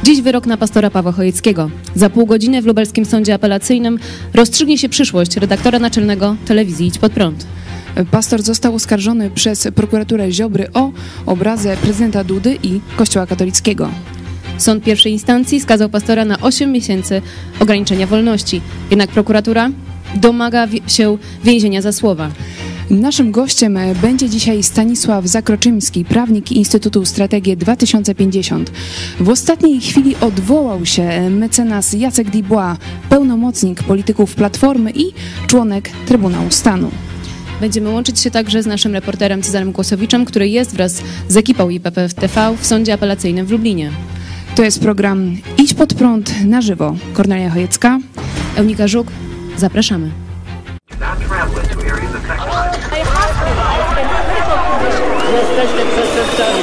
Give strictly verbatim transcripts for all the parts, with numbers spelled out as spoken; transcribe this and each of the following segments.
Dziś wyrok na pastora Pawła Chojeckiego. Za pół godziny w lubelskim sądzie apelacyjnym rozstrzygnie się przyszłość redaktora naczelnego telewizji Idź Pod Prąd. Pastor został oskarżony przez prokuraturę Ziobry o obrazę prezydenta Dudy i Kościoła katolickiego. Sąd pierwszej instancji skazał pastora na osiem miesięcy ograniczenia wolności. Jednak prokuratura domaga się więzienia za słowa. Naszym gościem będzie dzisiaj Stanisław Zakroczymski, prawnik Instytutu Strategię dwa tysiące pięćdziesiąt. W ostatniej chwili odwołał się mecenas Jacek Dubois, pełnomocnik polityków Platformy i członek Trybunału Stanu. Będziemy łączyć się także z naszym reporterem Cezarem Kłosowiczem, który jest wraz z ekipą I P P T V w sądzie apelacyjnym w Lublinie. To jest program Idź Pod Prąd na żywo. Kornelia Chojecka, Eunika Żuk, zapraszamy. Jesteście przestępcami.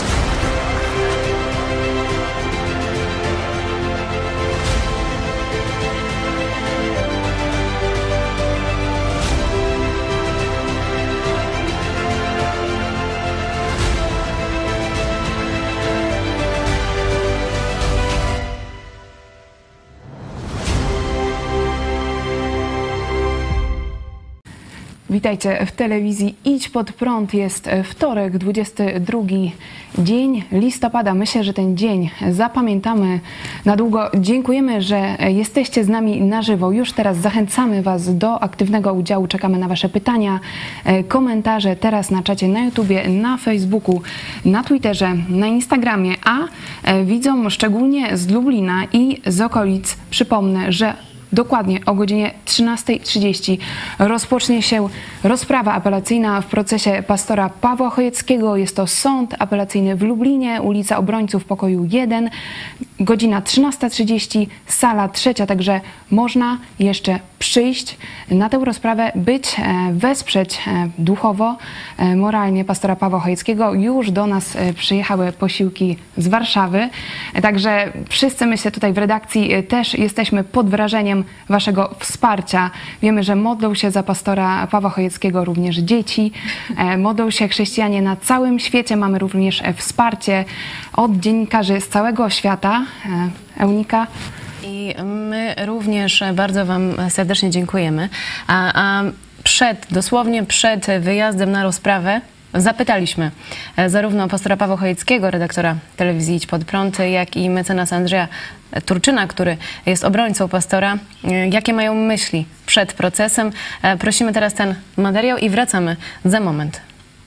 Witajcie w telewizji Idź Pod Prąd. Jest wtorek, dwudziesty drugi dzień listopada. Myślę, że ten dzień zapamiętamy na długo. Dziękujemy, że jesteście z nami na żywo. Już teraz zachęcamy Was do aktywnego udziału. Czekamy na Wasze pytania, komentarze teraz na czacie na YouTubie, na Facebooku, na Twitterze, na Instagramie, a widzom szczególnie z Lublina i z okolic przypomnę, że dokładnie o godzinie trzynastej trzydzieści rozpocznie się rozprawa apelacyjna w procesie pastora Pawła Chojeckiego. Jest to sąd apelacyjny w Lublinie, ulica Obrońców, pokoju jeden, godzina trzynasta trzydzieści, sala trzecia, także można jeszcze przyjść na tę rozprawę, być, wesprzeć duchowo, moralnie pastora Pawła Chojeckiego. Już do nas przyjechały posiłki z Warszawy, także wszyscy, myślę, tutaj w redakcji też jesteśmy pod wrażeniem Waszego wsparcia. Wiemy, że modlą się za pastora Pawła Chojeckiego również dzieci, modlą się chrześcijanie na całym świecie. Mamy również wsparcie od dziennikarzy z całego świata. Eunika? I my również bardzo Wam serdecznie dziękujemy. A, a przed, dosłownie przed wyjazdem na rozprawę zapytaliśmy zarówno pastora Pawła Chojeckiego, redaktora telewizji Idź Pod Prąd, jak i mecenasa Andrzeja Turczyna, który jest obrońcą pastora, jakie mają myśli przed procesem. Prosimy teraz ten materiał i wracamy za moment.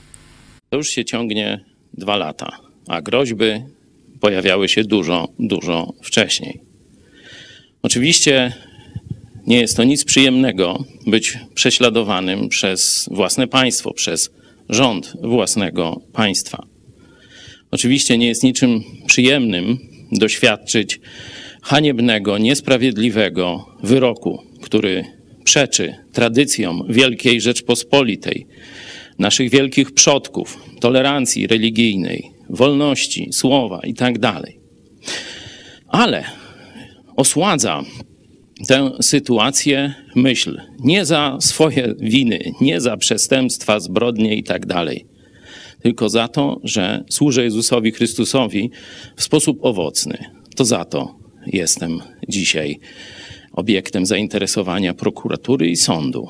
To już się ciągnie dwa lata, a groźby pojawiały się dużo, dużo wcześniej. Oczywiście nie jest to nic przyjemnego być prześladowanym przez własne państwo, przez rząd własnego państwa. Oczywiście nie jest niczym przyjemnym doświadczyć haniebnego, niesprawiedliwego wyroku, który przeczy tradycjom Wielkiej Rzeczpospolitej, naszych wielkich przodków, tolerancji religijnej, wolności słowa itd. Ale osładza tę sytuację myśl, nie za swoje winy, nie za przestępstwa, zbrodnie i tak dalej, tylko za to, że służę Jezusowi Chrystusowi w sposób owocny. To za to jestem dzisiaj obiektem zainteresowania prokuratury i sądu.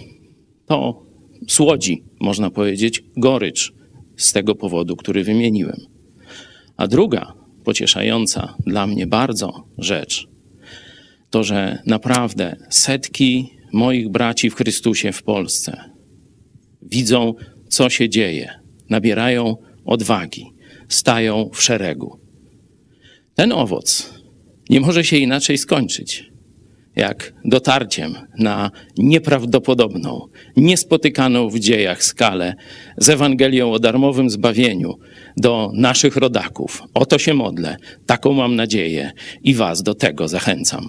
To słodzi, można powiedzieć, gorycz z tego powodu, który wymieniłem. A druga, pocieszająca dla mnie bardzo rzecz, to, że naprawdę setki moich braci w Chrystusie w Polsce widzą, co się dzieje, nabierają odwagi, stają w szeregu. Ten owoc nie może się inaczej skończyć, jak dotarciem na nieprawdopodobną, niespotykaną w dziejach skalę z Ewangelią o darmowym zbawieniu do naszych rodaków. O to się modlę, taką mam nadzieję i Was do tego zachęcam.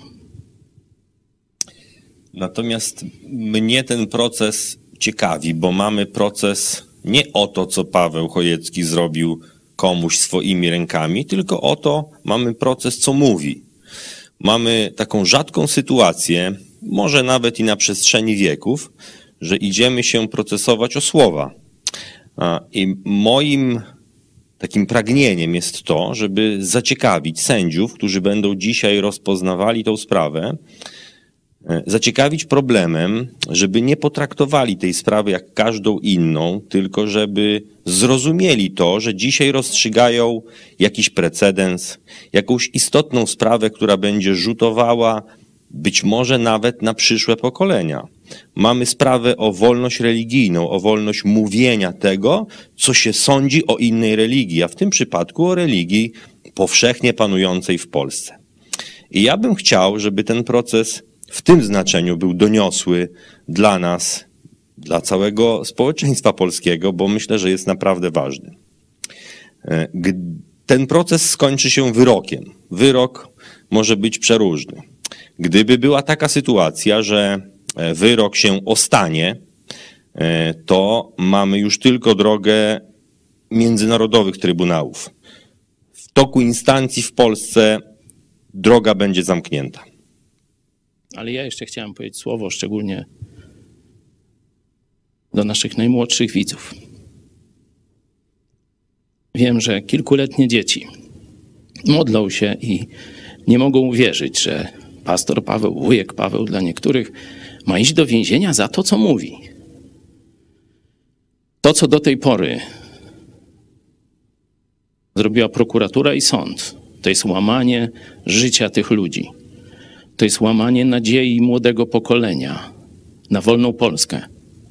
Natomiast mnie ten proces ciekawi, bo mamy proces nie o to, co Paweł Chojecki zrobił komuś swoimi rękami, tylko o to mamy proces, co mówi. Mamy taką rzadką sytuację, może nawet i na przestrzeni wieków, że idziemy się procesować o słowa. I moim takim pragnieniem jest to, żeby zaciekawić sędziów, którzy będą dzisiaj rozpoznawali tą sprawę, zaciekawić problemem, żeby nie potraktowali tej sprawy jak każdą inną, tylko żeby zrozumieli to, że dzisiaj rozstrzygają jakiś precedens, jakąś istotną sprawę, która będzie rzutowała być może nawet na przyszłe pokolenia. Mamy sprawę o wolność religijną, o wolność mówienia tego, co się sądzi o innej religii, a w tym przypadku o religii powszechnie panującej w Polsce. I ja bym chciał, żeby ten proces w tym znaczeniu był doniosły dla nas, dla całego społeczeństwa polskiego, bo myślę, że jest naprawdę ważny. Ten proces skończy się wyrokiem. Wyrok może być przeróżny. Gdyby była taka sytuacja, że wyrok się ostanie, to mamy już tylko drogę międzynarodowych trybunałów. W toku instancji w Polsce droga będzie zamknięta. Ale ja jeszcze chciałem powiedzieć słowo szczególnie do naszych najmłodszych widzów. Wiem, że kilkuletnie dzieci modlą się i nie mogą uwierzyć, że pastor Paweł, wujek Paweł dla niektórych ma iść do więzienia za to, co mówi. To, co do tej pory zrobiła prokuratura i sąd, to jest łamanie życia tych ludzi. To jest łamanie nadziei młodego pokolenia na wolną Polskę.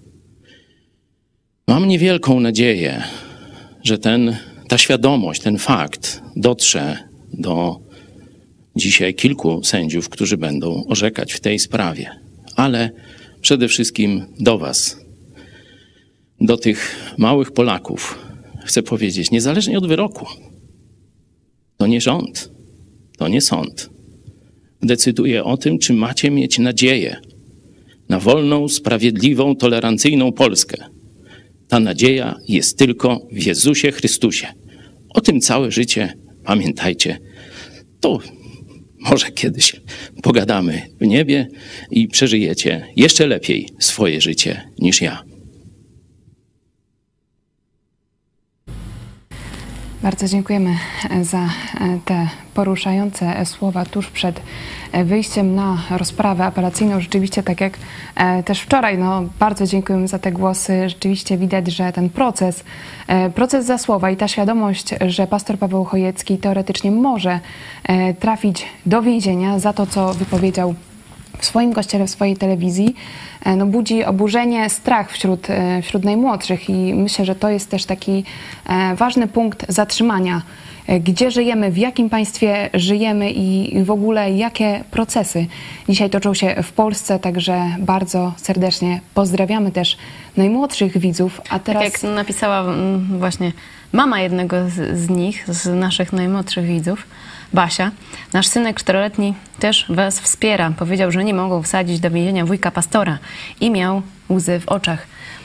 Mam niewielką nadzieję, że ten, ta świadomość, ten fakt dotrze do dzisiaj kilku sędziów, którzy będą orzekać w tej sprawie. Ale przede wszystkim do was, do tych małych Polaków chcę powiedzieć, niezależnie od wyroku, to nie rząd, to nie sąd decyduje o tym, czy macie mieć nadzieję na wolną, sprawiedliwą, tolerancyjną Polskę. Ta nadzieja jest tylko w Jezusie Chrystusie. O tym całe życie pamiętajcie. To może kiedyś pogadamy w niebie i przeżyjecie jeszcze lepiej swoje życie niż ja. Bardzo dziękujemy za te poruszające słowa tuż przed wyjściem na rozprawę apelacyjną. Rzeczywiście, tak jak też wczoraj, no bardzo dziękujemy za te głosy. Rzeczywiście widać, że ten proces, proces za słowa i ta świadomość, że pastor Paweł Chojecki teoretycznie może trafić do więzienia za to, co wypowiedział w swoim kościele, w swojej telewizji, no budzi oburzenie, strach wśród, wśród najmłodszych i myślę, że to jest też taki ważny punkt zatrzymania. Gdzie żyjemy, w jakim państwie żyjemy i w ogóle jakie procesy dzisiaj toczą się w Polsce, także bardzo serdecznie pozdrawiamy też najmłodszych widzów. A teraz... Tak jak napisała właśnie mama jednego z, z nich, z naszych najmłodszych widzów, Basia, nasz synek czteroletni też was wspiera. Powiedział, że nie mogą wsadzić do więzienia wujka pastora i miał łzy w oczach.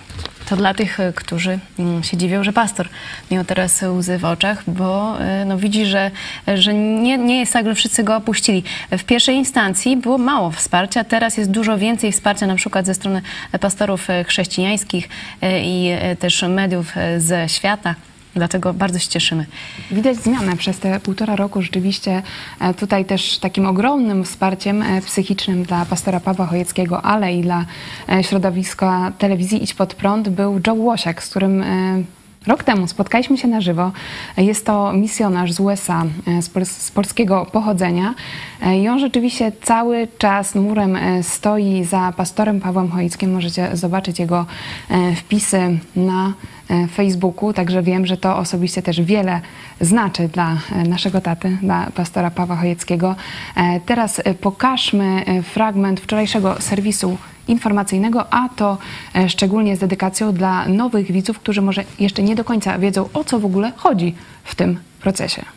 To dla tych, którzy się dziwią, że pastor miał teraz łzy w oczach, bo no, widzi, że, że nie, nie jest tak, że wszyscy go opuścili. W pierwszej instancji było mało wsparcia, teraz jest dużo więcej wsparcia, na przykład ze strony pastorów chrześcijańskich i też mediów ze świata. Dlatego bardzo się cieszymy. Widać zmianę przez te półtora roku. Rzeczywiście tutaj też takim ogromnym wsparciem psychicznym dla pastora Pawła Chojeckiego, ale i dla środowiska telewizji Idź Pod Prąd był Joe Łosiak, z którym rok temu spotkaliśmy się na żywo. Jest to misjonarz z U S A, z, pol z polskiego pochodzenia i on rzeczywiście cały czas murem stoi za pastorem Pawłem Chojeckim. Możecie zobaczyć jego wpisy na Facebooku, także wiem, że to osobiście też wiele znaczy dla naszego taty, dla pastora Pawła Chojeckiego. Teraz pokażmy fragment wczorajszego serwisu informacyjnego, a to szczególnie z dedykacją dla nowych widzów, którzy może jeszcze nie do końca wiedzą, o co w ogóle chodzi w tym procesie.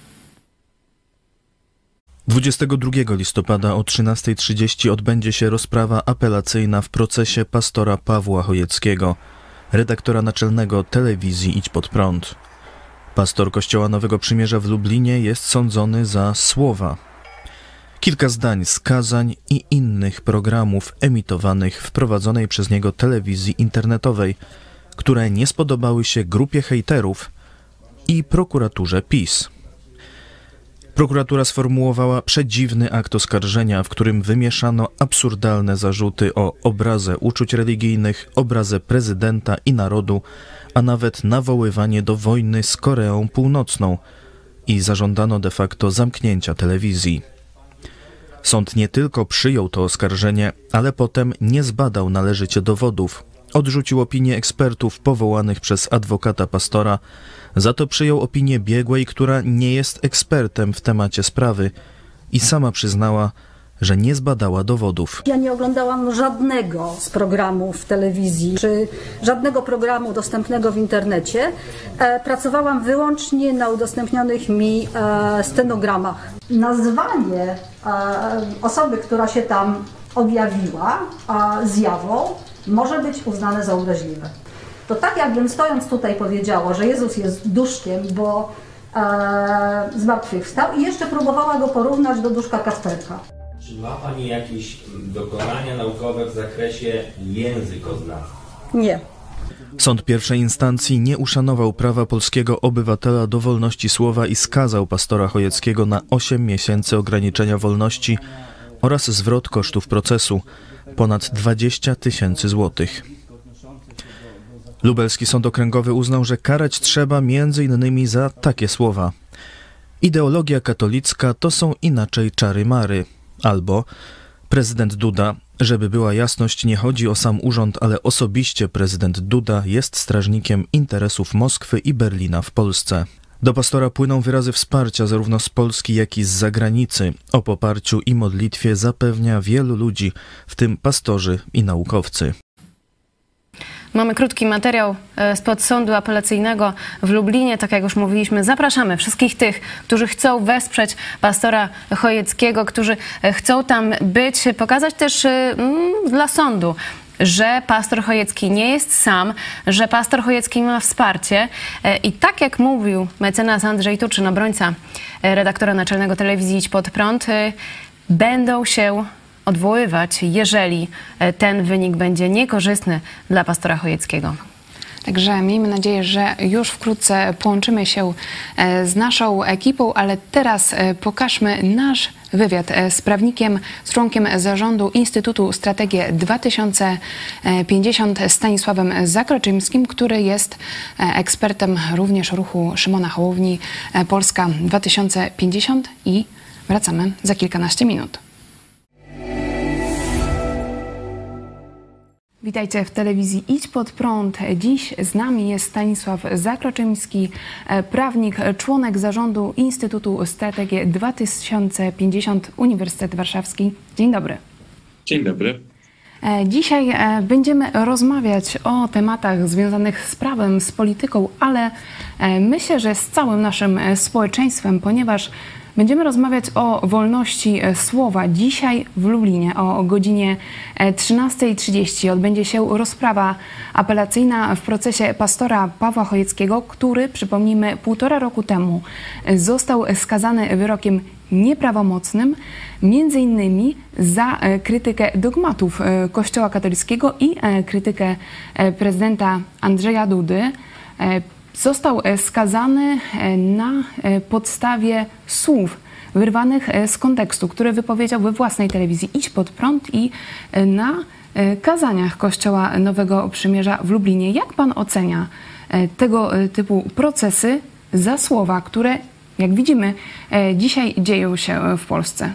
dwudziestego drugiego listopada o trzynastej trzydzieści odbędzie się rozprawa apelacyjna w procesie pastora Pawła Chojeckiego, redaktora naczelnego telewizji Idź Pod Prąd. Pastor Kościoła Nowego Przymierza w Lublinie jest sądzony za słowa. Kilka zdań z kazań i innych programów emitowanych w prowadzonej przez niego telewizji internetowej, które nie spodobały się grupie hejterów, i prokuraturze PiS. Prokuratura sformułowała przedziwny akt oskarżenia, w którym wymieszano absurdalne zarzuty o obrazę uczuć religijnych, obrazę prezydenta i narodu, a nawet nawoływanie do wojny z Koreą Północną i zażądano de facto zamknięcia telewizji. Sąd nie tylko przyjął to oskarżenie, ale potem nie zbadał należycie dowodów. Odrzucił opinię ekspertów powołanych przez adwokata pastora, za to przyjął opinię biegłej, która nie jest ekspertem w temacie sprawy i sama przyznała, że nie zbadała dowodów. Ja nie oglądałam żadnego z programów w telewizji, czy żadnego programu dostępnego w internecie. E, pracowałam wyłącznie na udostępnionych mi e, stenogramach. Nazwanie e, osoby, która się tam objawiła e, zjawą, może być uznane za obraźliwe. To tak jakbym stojąc tutaj powiedziała, że Jezus jest duszkiem, bo e, zmartwychwstał i jeszcze próbowała go porównać do duszka Kasperka. Czy ma Pani jakieś dokonania naukowe w zakresie językoznawstwa? Nie. Sąd pierwszej instancji nie uszanował prawa polskiego obywatela do wolności słowa i skazał pastora Chojeckiego na osiem miesięcy ograniczenia wolności oraz zwrot kosztów procesu, ponad dwadzieścia tysięcy złotych. Lubelski Sąd Okręgowy uznał, że karać trzeba między innymi za takie słowa: ideologia katolicka to są inaczej czary-mary, albo prezydent Duda, żeby była jasność, nie chodzi o sam urząd, ale osobiście prezydent Duda jest strażnikiem interesów Moskwy i Berlina w Polsce. Do pastora płyną wyrazy wsparcia zarówno z Polski, jak i z zagranicy. O poparciu i modlitwie zapewnia wielu ludzi, w tym pastorzy i naukowcy. Mamy krótki materiał spod Sądu Apelacyjnego w Lublinie. Tak jak już mówiliśmy, zapraszamy wszystkich tych, którzy chcą wesprzeć pastora Chojeckiego, którzy chcą tam być, pokazać też mm, dla sądu, że pastor Chojecki nie jest sam, że pastor Chojecki ma wsparcie i tak jak mówił mecenas Andrzej Turczyn, obrońca redaktora naczelnego telewizji Idź Pod Prąd, będą się odwoływać, jeżeli ten wynik będzie niekorzystny dla pastora Chojeckiego. Także miejmy nadzieję, że już wkrótce połączymy się z naszą ekipą, ale teraz pokażmy nasz wywiad z prawnikiem, z członkiem zarządu Instytutu Strategie dwa tysiące pięćdziesiąt Stanisławem Zakroczymskim, który jest ekspertem również ruchu Szymona Hołowni Polska dwa tysiące pięćdziesiąt i wracamy za kilkanaście minut. Witajcie w telewizji Idź Pod Prąd. Dziś z nami jest Stanisław Zakroczymski, prawnik, członek zarządu Instytutu Strategie dwa tysiące pięćdziesiąt Uniwersytet Warszawski. Dzień dobry. Dzień dobry. Dzisiaj będziemy rozmawiać o tematach związanych z prawem, z polityką, ale myślę, że z całym naszym społeczeństwem, ponieważ będziemy rozmawiać o wolności słowa. Dzisiaj w Lublinie o godzinie trzynastej trzydzieści odbędzie się rozprawa apelacyjna w procesie pastora Pawła Chojeckiego, który, przypomnijmy, półtora roku temu został skazany wyrokiem nieprawomocnym, między innymi za krytykę dogmatów Kościoła katolickiego i krytykę prezydenta Andrzeja Dudy. Został skazany na podstawie słów wyrwanych z kontekstu, które wypowiedział we własnej telewizji Idź Pod Prąd i na kazaniach Kościoła Nowego Przymierza w Lublinie. Jak pan ocenia tego typu procesy za słowa, które, jak widzimy, dzisiaj dzieją się w Polsce?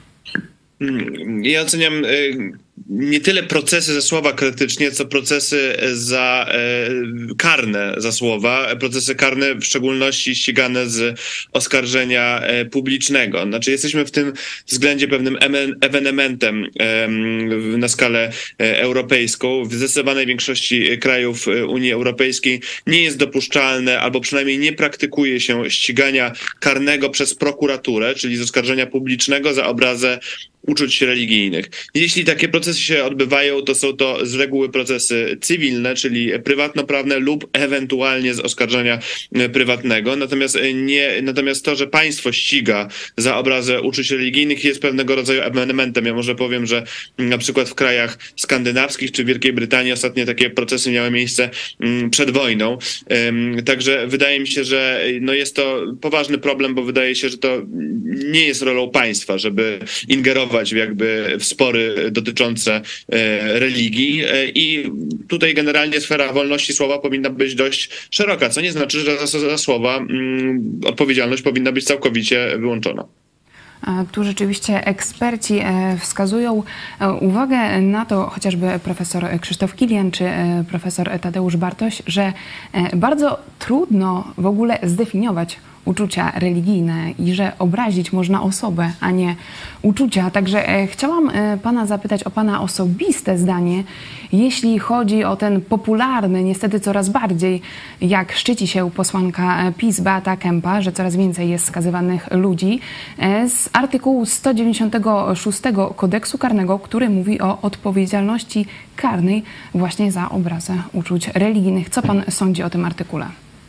Ja oceniam nie tyle procesy za słowa krytycznie, co procesy za e, karne za słowa, procesy karne w szczególności ścigane z oskarżenia e, publicznego. Znaczy jesteśmy w tym względzie pewnym ewenementem e, na skalę e, europejską. W zdecydowanej większości krajów Unii Europejskiej nie jest dopuszczalne, albo przynajmniej nie praktykuje się ścigania karnego przez prokuraturę, czyli z oskarżenia publicznego za obrazę uczuć religijnych. Jeśli takie procesy się odbywają, to są to z reguły procesy cywilne, czyli prywatnoprawne lub ewentualnie z oskarżenia prywatnego. Natomiast nie, natomiast to, że państwo ściga za obrazę uczuć religijnych, jest pewnego rodzaju ewenementem. Ja może powiem, że na przykład w krajach skandynawskich czy Wielkiej Brytanii ostatnio takie procesy miały miejsce przed wojną. Także wydaje mi się, że no jest to poważny problem, bo wydaje się, że to nie jest rolą państwa, żeby ingerować jakby w spory dotyczące religii i tutaj generalnie sfera wolności słowa powinna być dość szeroka, co nie znaczy, że za, za słowa odpowiedzialność powinna być całkowicie wyłączona. Tu rzeczywiście eksperci wskazują uwagę na to, chociażby profesor Krzysztof Kilian czy profesor Tadeusz Bartoś, że bardzo trudno w ogóle zdefiniować uczucia religijne i że obrazić można osobę, a nie uczucia. Także chciałam pana zapytać o pana osobiste zdanie, jeśli chodzi o ten popularny, niestety coraz bardziej, jak szczyci się posłanka PiS Beata Kempa, że coraz więcej jest skazywanych ludzi, z artykułu sto dziewięćdziesiątego szóstego Kodeksu Karnego, który mówi o odpowiedzialności karnej właśnie za obrazę uczuć religijnych. Co pan sądzi o tym artykule?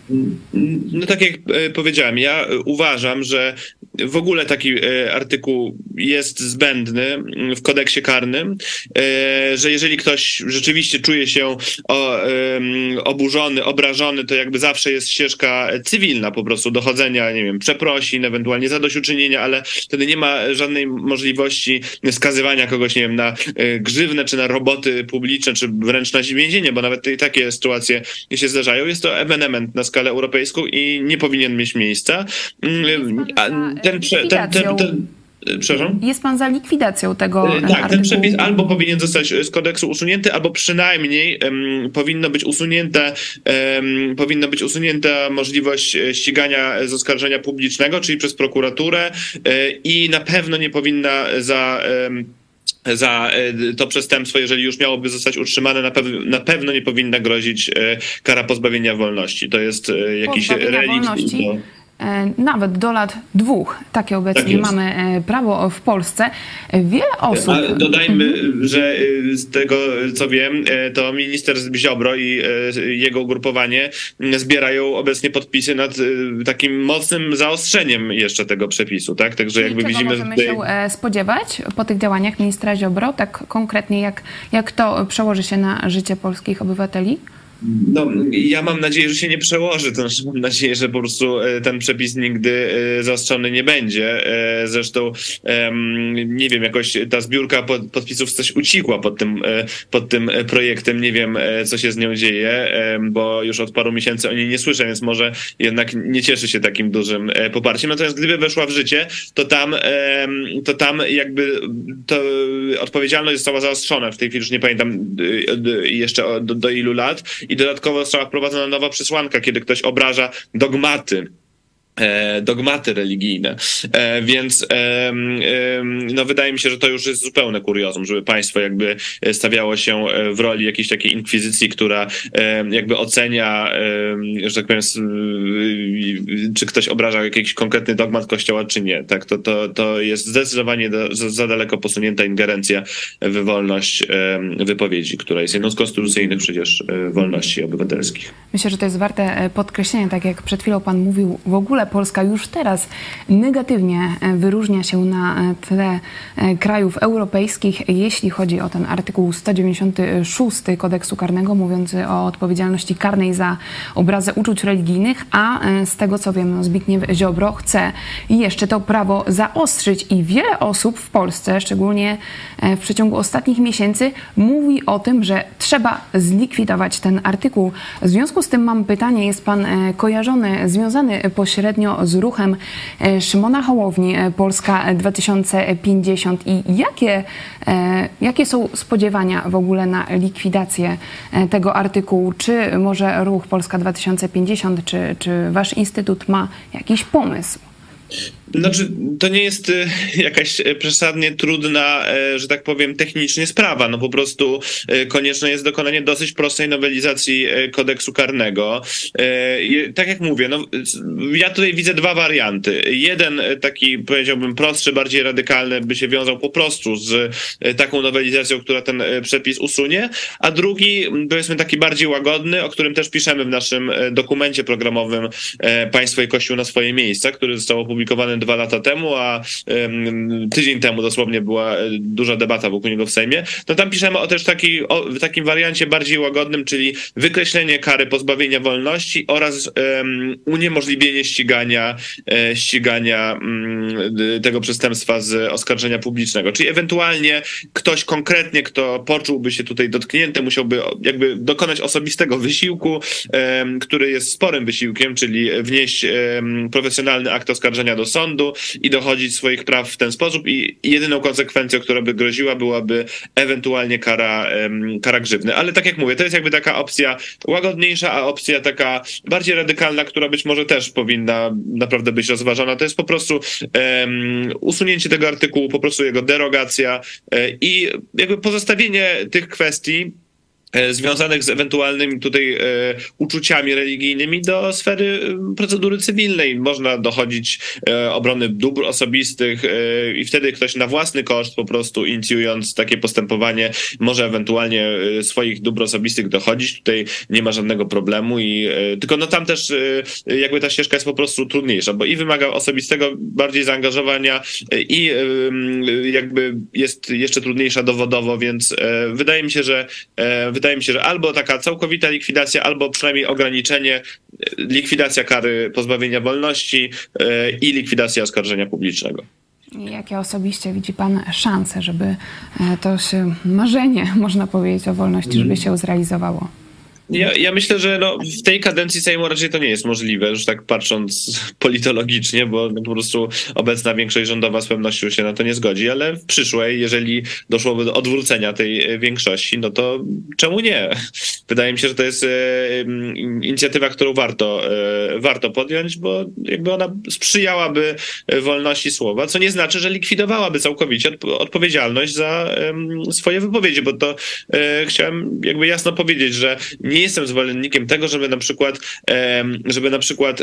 No tak jak powiedziałem, ja uważam, że w ogóle taki artykuł jest zbędny w kodeksie karnym, że jeżeli ktoś rzeczywiście czuje się oburzony, obrażony, to jakby zawsze jest ścieżka cywilna po prostu dochodzenia, nie wiem, przeprosin, ewentualnie zadośćuczynienia, ale wtedy nie ma żadnej możliwości skazywania kogoś, nie wiem, na grzywnę, czy na roboty publiczne, czy wręcz na więzienie, bo nawet takie sytuacje się zdarzają. Jest to ewenement na skalę europejską i nie powinien mieć miejsca. A ten, prze, ten, ten, ten, Przepraszam? Jest pan za likwidacją tego Tak, artykułu. ten przepis albo powinien zostać z kodeksu usunięty, albo przynajmniej um, powinno być usunięte, um, powinna być usunięta możliwość ścigania z oskarżenia publicznego, czyli przez prokuraturę um, i na pewno nie powinna za... Um, za to przestępstwo, jeżeli już miałoby zostać utrzymane, na, pew- na pewno nie powinna grozić kara pozbawienia wolności. To jest jakiś relikt. Nawet do lat dwóch. Takie obecnie tak mamy prawo w Polsce. Wiele osób... Ale dodajmy, że z tego co wiem, to minister Ziobro i jego ugrupowanie zbierają obecnie podpisy nad takim mocnym zaostrzeniem jeszcze tego przepisu, tak? Także jakby czego widzimy możemy tutaj... się spodziewać po tych działaniach ministra Ziobro? Tak konkretnie, jak, jak to przełoży się na życie polskich obywateli? No, ja mam nadzieję, że się nie przełoży. To znaczy, mam nadzieję, że po prostu ten przepis nigdy zaostrzony nie będzie. Zresztą nie wiem, jakoś ta zbiórka podpisów coś ucichła pod tym, pod tym projektem. Nie wiem, co się z nią dzieje, bo już od paru miesięcy o niej nie słyszę, więc może jednak nie cieszy się takim dużym poparciem. Natomiast gdyby weszła w życie, to tam, to tam jakby to odpowiedzialność została zaostrzona. W tej chwili już nie pamiętam jeszcze do, do ilu lat. I dodatkowo została wprowadzona nowa przesłanka, kiedy ktoś obraża dogmaty. dogmaty religijne, więc no wydaje mi się, że to już jest zupełne kuriozum, żeby państwo jakby stawiało się w roli jakiejś takiej inkwizycji, która jakby ocenia, że tak powiem, czy ktoś obraża jakiś konkretny dogmat Kościoła, czy nie. Tak, to, to, to jest zdecydowanie za, za daleko posunięta ingerencja w wolność wypowiedzi, która jest jedną z konstytucyjnych przecież wolności obywatelskich. Myślę, że to jest warte podkreślenia, tak jak przed chwilą pan mówił, w ogóle Polska już teraz negatywnie wyróżnia się na tle krajów europejskich, jeśli chodzi o ten artykuł sto dziewięćdziesiąty szósty Kodeksu Karnego, mówiący o odpowiedzialności karnej za obrazę uczuć religijnych, a z tego co wiem, Zbigniew Ziobro chce jeszcze to prawo zaostrzyć i wiele osób w Polsce, szczególnie w przeciągu ostatnich miesięcy, mówi o tym, że trzeba zlikwidować ten artykuł. W związku z tym mam pytanie, jest pan kojarzony, związany pośrednio z ruchem Szymona Hołowni Polska dwa tysiące pięćdziesiąt i jakie, jakie są spodziewania w ogóle na likwidację tego artykułu? Czy może ruch Polska dwa tysiące pięćdziesiąt, czy, czy wasz instytut ma jakiś pomysł? Znaczy, to nie jest y, jakaś przesadnie trudna, y, że tak powiem, technicznie sprawa. No po prostu y, konieczne jest dokonanie dosyć prostej nowelizacji y, kodeksu karnego. Y, tak jak mówię, no, ja tutaj widzę dwa warianty. Jeden y, taki, powiedziałbym, prostszy, bardziej radykalny by się wiązał po prostu z y, taką nowelizacją, która ten y, przepis usunie, a drugi, powiedzmy, taki bardziej łagodny, o którym też piszemy w naszym y, dokumencie programowym y, Państwo i Kościół na swoje miejsca, który został opublikowany dwa lata temu, a um, tydzień temu dosłownie była duża debata wokół niego w Sejmie, no tam piszemy o też taki, o, w takim wariancie bardziej łagodnym, czyli wykreślenie kary pozbawienia wolności oraz um, uniemożliwienie ścigania, e, ścigania um, tego przestępstwa z oskarżenia publicznego. Czyli ewentualnie ktoś konkretnie, kto poczułby się tutaj dotknięty, musiałby jakby dokonać osobistego wysiłku, um, który jest sporym wysiłkiem, czyli wnieść um, profesjonalny akt oskarżenia do sądu i dochodzić swoich praw w ten sposób i jedyną konsekwencją, która by groziła, byłaby ewentualnie kara, um, kara grzywny. Ale tak jak mówię, to jest jakby taka opcja łagodniejsza, a opcja taka bardziej radykalna, która być może też powinna naprawdę być rozważona, to jest po prostu um, usunięcie tego artykułu, po prostu jego derogacja um, i jakby pozostawienie tych kwestii związanych z ewentualnymi tutaj e, uczuciami religijnymi do sfery procedury cywilnej. Można dochodzić e, obrony dóbr osobistych e, i wtedy ktoś na własny koszt po prostu inicjując takie postępowanie może ewentualnie e, swoich dóbr osobistych dochodzić. Tutaj nie ma żadnego problemu i e, tylko no tam też e, jakby ta ścieżka jest po prostu trudniejsza, bo i wymaga osobistego bardziej zaangażowania e, i e, jakby jest jeszcze trudniejsza dowodowo, więc e, wydaje mi się, że e, Wydaje mi się, że albo taka całkowita likwidacja, albo przynajmniej ograniczenie, likwidacja kary pozbawienia wolności i likwidacja oskarżenia publicznego. Jakie osobiście widzi Pan szanse, żeby to się marzenie, można powiedzieć, o wolności, żeby się zrealizowało? Ja, ja myślę, że no, w tej kadencji Sejmu raczej to nie jest możliwe, już tak patrząc politologicznie, bo no, po prostu obecna większość rządowa z pewnością się na to nie zgodzi, ale w przyszłej, jeżeli doszłoby do odwrócenia tej większości, no to czemu nie? Wydaje mi się, że to jest e, inicjatywa, którą warto, e, warto podjąć, bo jakby ona sprzyjałaby wolności słowa, co nie znaczy, że likwidowałaby całkowicie odp- odpowiedzialność za e, swoje wypowiedzi, bo to e, chciałem jakby jasno powiedzieć, że nie jestem zwolennikiem tego, żeby na przykład, żeby na przykład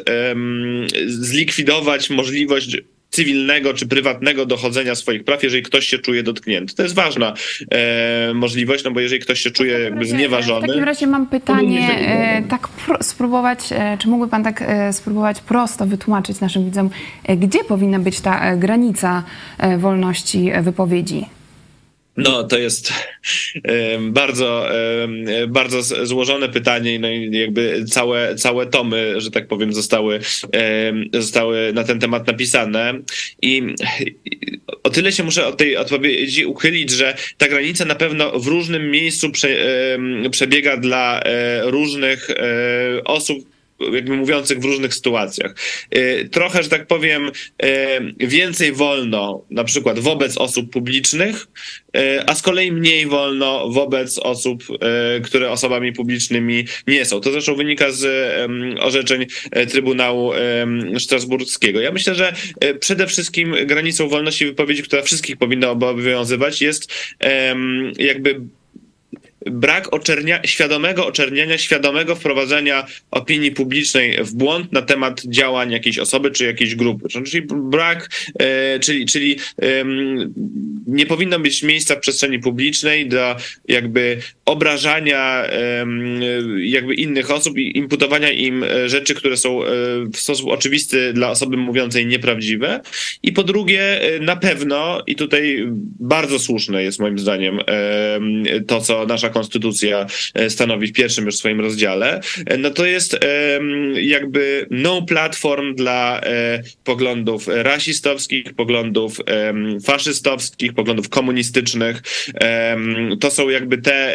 zlikwidować możliwość cywilnego czy prywatnego dochodzenia swoich praw, jeżeli ktoś się czuje dotknięty. To jest ważna e, możliwość, no bo jeżeli ktoś się czuje jakby znieważony... W takim razie mam pytanie, e, tak pro, spróbować, e, czy mógłby Pan tak e, spróbować prosto wytłumaczyć naszym widzom, e, gdzie powinna być ta e, granica e, wolności wypowiedzi? No, to jest um, bardzo, um, bardzo złożone pytanie, no i jakby całe, całe tomy, że tak powiem, zostały, um, zostały na ten temat napisane i o tyle się muszę od tej odpowiedzi uchylić, że ta granica na pewno w różnym miejscu prze, um, przebiega dla um, różnych um, osób, jakby mówiących w różnych sytuacjach. Trochę, że tak powiem, więcej wolno na przykład wobec osób publicznych, a z kolei mniej wolno wobec osób, które osobami publicznymi nie są. To zresztą wynika z orzeczeń Trybunału Strasburskiego. Ja myślę, że przede wszystkim granicą wolności wypowiedzi, która wszystkich powinna obowiązywać, jest jakby brak oczernia, świadomego oczerniania, świadomego wprowadzenia opinii publicznej w błąd na temat działań jakiejś osoby czy jakiejś grupy. Czyli brak, e, czyli, czyli e, nie powinno być miejsca w przestrzeni publicznej dla jakby obrażania e, jakby innych osób i imputowania im rzeczy, które są e, w sposób oczywisty dla osoby mówiącej nieprawdziwe. I po drugie, e, na pewno, i tutaj bardzo słuszne jest moim zdaniem e, to, co nasza konstytucja stanowi w pierwszym już swoim rozdziale, no to jest jakby no platform dla poglądów rasistowskich, poglądów faszystowskich, poglądów komunistycznych. To są jakby te,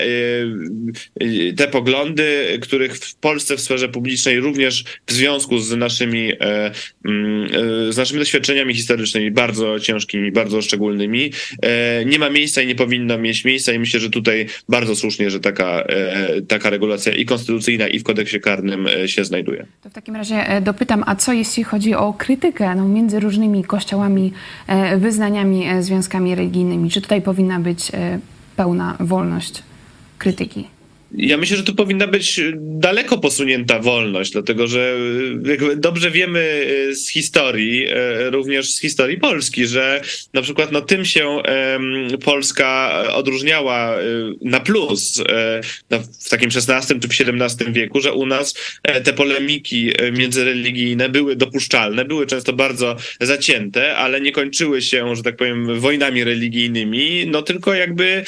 te poglądy, których w Polsce w sferze publicznej również w związku z naszymi, z naszymi doświadczeniami historycznymi bardzo ciężkimi, bardzo szczególnymi nie ma miejsca i nie powinno mieć miejsca i myślę, że tutaj bardzo słusznie słusznie, że taka, taka regulacja i konstytucyjna, i w kodeksie karnym się znajduje. To w takim razie dopytam, a co jeśli chodzi o krytykę no, między różnymi kościołami, wyznaniami, związkami religijnymi? Czy tutaj powinna być pełna wolność krytyki? Ja myślę, że tu powinna być daleko posunięta wolność, dlatego że jakby dobrze wiemy z historii, również z historii Polski, że na przykład no, tym się Polska odróżniała na plus w takim szesnastym czy siedemnastym wieku, że u nas te polemiki międzyreligijne były dopuszczalne, były często bardzo zacięte, ale nie kończyły się, że tak powiem, wojnami religijnymi, no tylko jakby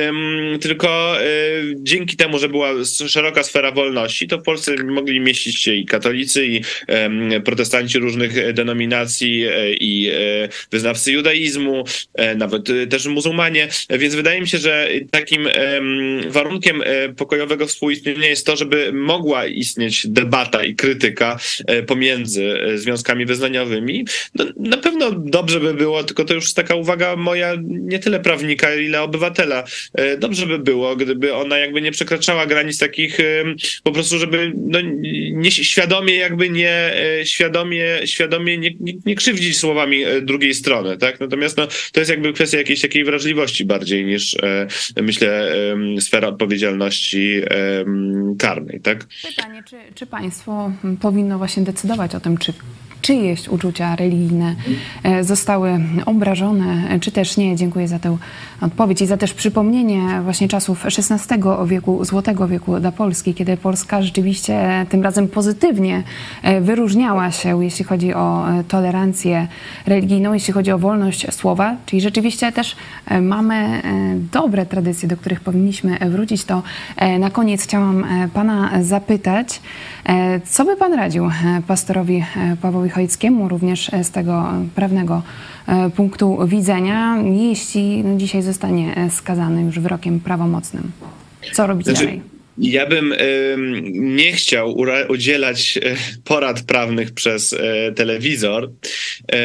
tylko dzięki temu, że była szeroka sfera wolności, to w Polsce mogli mieścić się i katolicy, i e, protestanci różnych denominacji, e, i e, wyznawcy judaizmu, e, nawet e, też muzułmanie, więc wydaje mi się, że takim e, warunkiem e, pokojowego współistnienia jest to, żeby mogła istnieć debata i krytyka e, pomiędzy e, związkami wyznaniowymi. No, na pewno dobrze by było, tylko to już jest taka uwaga moja, nie tyle prawnika, ile obywatela. E, dobrze by było, gdyby ona jakby nie przekraczała granic takich po prostu, żeby no, nie, świadomie jakby nie świadomie, świadomie nie, nie, nie krzywdzić słowami drugiej strony, tak? Natomiast no, to jest jakby kwestia jakiejś takiej wrażliwości bardziej niż myślę sfera odpowiedzialności karnej, tak? Pytanie, czy, czy państwo powinno właśnie decydować o tym, czy czyjeś uczucia religijne zostały obrażone, czy też nie. Dziękuję za tę odpowiedź i za też przypomnienie właśnie czasów szesnastego wieku, złotego wieku dla Polski, kiedy Polska rzeczywiście tym razem pozytywnie wyróżniała się, jeśli chodzi o tolerancję religijną, jeśli chodzi o wolność słowa, czyli rzeczywiście też mamy dobre tradycje, do których powinniśmy wrócić. To na koniec chciałam pana zapytać, co by pan radził pastorowi Pawłowi Chojeckiemu, również z tego prawnego punktu widzenia, jeśli no, dzisiaj zostanie skazany już wyrokiem prawomocnym? Co robić znaczy, dalej? Ja bym y, nie chciał udzielać porad prawnych przez y, telewizor, y,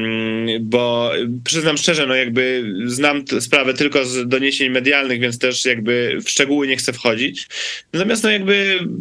bo przyznam szczerze, no jakby znam t- sprawę tylko z doniesień medialnych, więc też jakby w szczegóły nie chcę wchodzić. Natomiast no jakby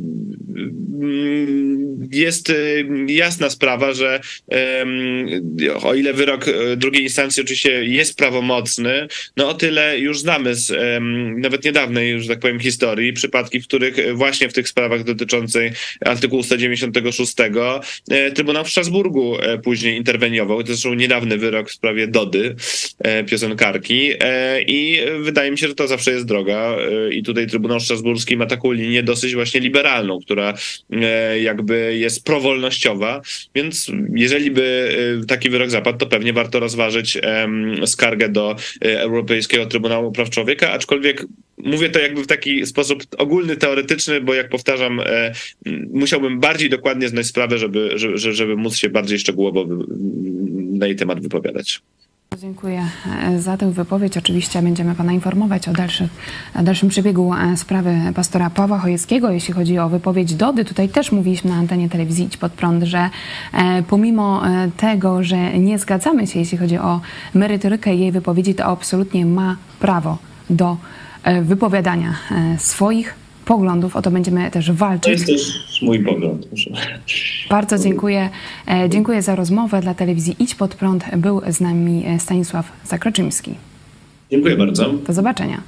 y, jest y, jasna sprawa, że y, o ile wyrok drugiej instancji oczywiście jest prawomocny, no o tyle już znamy z y, nawet niedawnej, że tak powiem, historii, przypadki, w których właśnie w tych sprawach dotyczących artykułu sto dziewięćdziesiątego szóstego Trybunał w Strasburgu później interweniował. To zresztą niedawny wyrok w sprawie Dody, piosenkarki, i wydaje mi się, że to zawsze jest droga i tutaj Trybunał Strasburski ma taką linię dosyć właśnie liberalną, która jakby jest prowolnościowa, więc jeżeli by taki wyrok zapadł, to pewnie warto rozważyć skargę do Europejskiego Trybunału Praw Człowieka, aczkolwiek mówię to jakby w taki sposób ogólny, teoretyczny, bo jak powtarzam, e, musiałbym bardziej dokładnie znać sprawę, żeby, żeby, żeby móc się bardziej szczegółowo na jej temat wypowiadać. Dziękuję za tę wypowiedź. Oczywiście będziemy pana informować o dalszych, dalszym przebiegu sprawy pastora Pawła Chojeckiego. Jeśli chodzi o wypowiedź Dody, tutaj też mówiliśmy na antenie telewizji Idź Pod Prąd, że pomimo tego, że nie zgadzamy się, jeśli chodzi o merytorykę jej wypowiedzi, to absolutnie ma prawo do wypowiadania swoich poglądów. O to będziemy też walczyć. To jest też mój pogląd. Bardzo dziękuję. Dziękuję za rozmowę. Dla telewizji Idź Pod Prąd był z nami Stanisław Zakroczymski. Dziękuję bardzo. Do zobaczenia.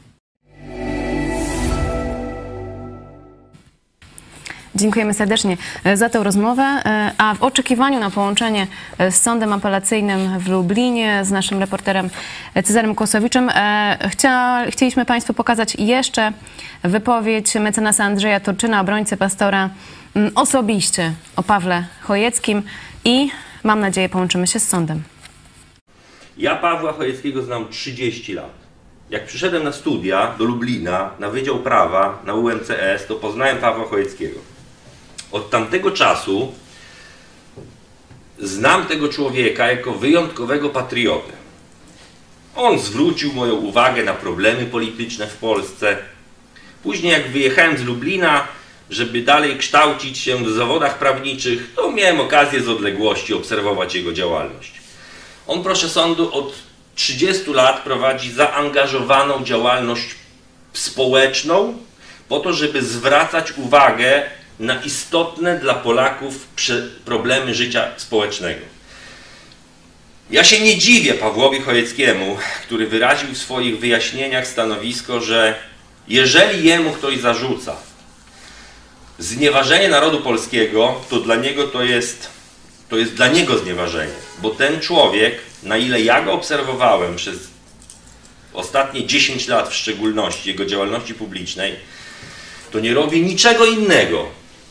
Dziękujemy serdecznie za tę rozmowę, a w oczekiwaniu na połączenie z Sądem Apelacyjnym w Lublinie z naszym reporterem Cezarym Kłosowiczem chcia, chcieliśmy Państwu pokazać jeszcze wypowiedź mecenasa Andrzeja Turczyna, obrońcy pastora, osobiście o Pawle Chojeckim i mam nadzieję połączymy się z sądem. Ja Pawła Chojeckiego znam trzydzieści lat. Jak przyszedłem na studia do Lublina, na Wydział Prawa, na U M C S, to poznałem Pawła Chojeckiego. Od tamtego czasu znam tego człowieka jako wyjątkowego patriotę. On zwrócił moją uwagę na problemy polityczne w Polsce. Później jak wyjechałem z Lublina, żeby dalej kształcić się w zawodach prawniczych, to miałem okazję z odległości obserwować jego działalność. On, proszę sądu, od trzydziestu lat prowadzi zaangażowaną działalność społeczną po to, żeby zwracać uwagę na istotne dla Polaków problemy życia społecznego. Ja się nie dziwię Pawłowi Chojeckiemu, który wyraził w swoich wyjaśnieniach stanowisko, że jeżeli jemu ktoś zarzuca znieważenie narodu polskiego, to dla niego to jest, to jest dla niego znieważenie. Bo ten człowiek, na ile ja go obserwowałem przez ostatnie dziesięć lat w szczególności jego działalności publicznej, to nie robi niczego innego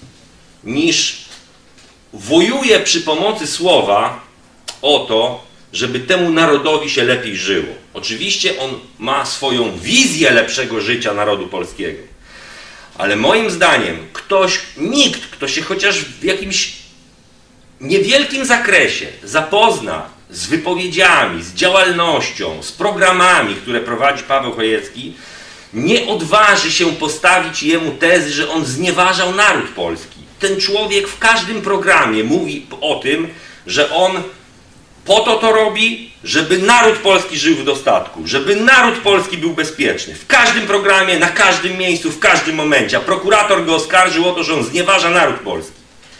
niż wojuje przy pomocy słowa o to, żeby temu narodowi się lepiej żyło. Oczywiście on ma swoją wizję lepszego życia narodu polskiego. Ale moim zdaniem ktoś, nikt, kto się chociaż w jakimś niewielkim zakresie zapozna z wypowiedziami, z działalnością, z programami, które prowadzi Paweł Chojecki, nie odważy się postawić jemu tezy, że on znieważał naród polski. Ten człowiek w każdym programie mówi o tym, że on po to to robi, żeby naród polski żył w dostatku, żeby naród polski był bezpieczny. W każdym programie, na każdym miejscu, w każdym momencie. A prokurator go oskarżył o to, że on znieważa naród polski.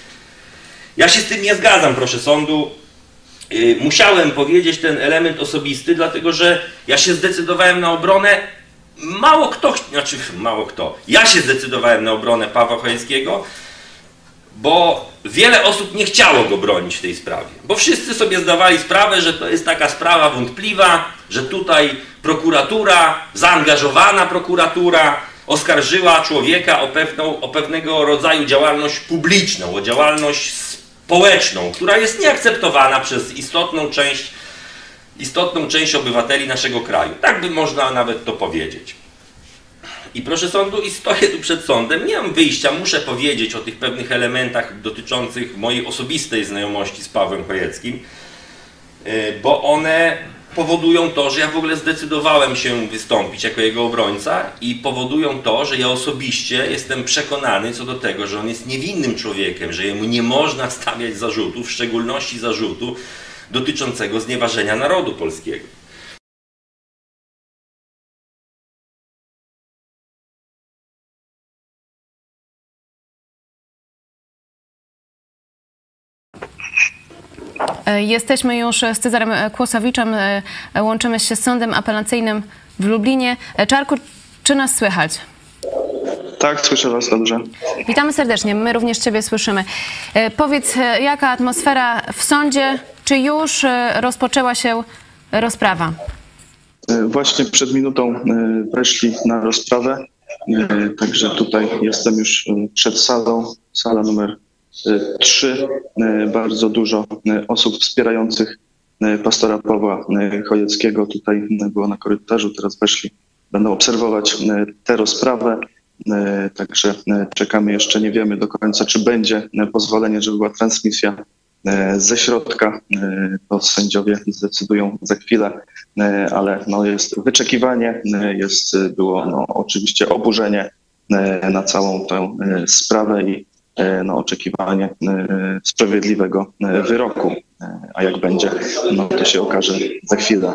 Ja się z tym nie zgadzam, proszę sądu. Yy, musiałem powiedzieć ten element osobisty, dlatego że ja się zdecydowałem na obronę. Mało kto, znaczy mało kto. Ja się zdecydowałem na obronę Pawła Chojeckiego, bo wiele osób nie chciało go bronić w tej sprawie. Bo wszyscy sobie zdawali sprawę, że to jest taka sprawa wątpliwa, że tutaj prokuratura, zaangażowana prokuratura oskarżyła człowieka o, pewną, o pewnego rodzaju działalność publiczną, o działalność społeczną, która jest nieakceptowana przez istotną część, istotną część obywateli naszego kraju. Tak by można nawet to powiedzieć. I proszę sądu, i stoję tu przed sądem, nie mam wyjścia, muszę powiedzieć o tych pewnych elementach dotyczących mojej osobistej znajomości z Pawłem Chojeckim, bo one powodują to, że ja w ogóle zdecydowałem się wystąpić jako jego obrońca i powodują to, że ja osobiście jestem przekonany co do tego, że on jest niewinnym człowiekiem, że jemu nie można stawiać zarzutów, w szczególności zarzutu dotyczącego znieważenia narodu polskiego. Jesteśmy już z Cezarem Kłosowiczem, łączymy się z Sądem Apelacyjnym w Lublinie. Czarku, czy nas słychać? Tak, słyszę Was dobrze. Witamy serdecznie, my również Ciebie słyszymy. Powiedz, jaka atmosfera w sądzie, czy już rozpoczęła się rozprawa? Właśnie przed minutą weszli na rozprawę, także tutaj jestem już przed salą, sala numer trzy. Bardzo dużo osób wspierających pastora Pawła Chojeckiego tutaj było na korytarzu, teraz weszli, będą obserwować tę rozprawę. Także czekamy, jeszcze nie wiemy do końca, czy będzie pozwolenie, żeby była transmisja ze środka. To sędziowie zdecydują za chwilę, ale no jest wyczekiwanie, jest, było no oczywiście oburzenie na całą tę sprawę i no, oczekiwanie sprawiedliwego wyroku. A jak będzie, no to się okaże za chwilę.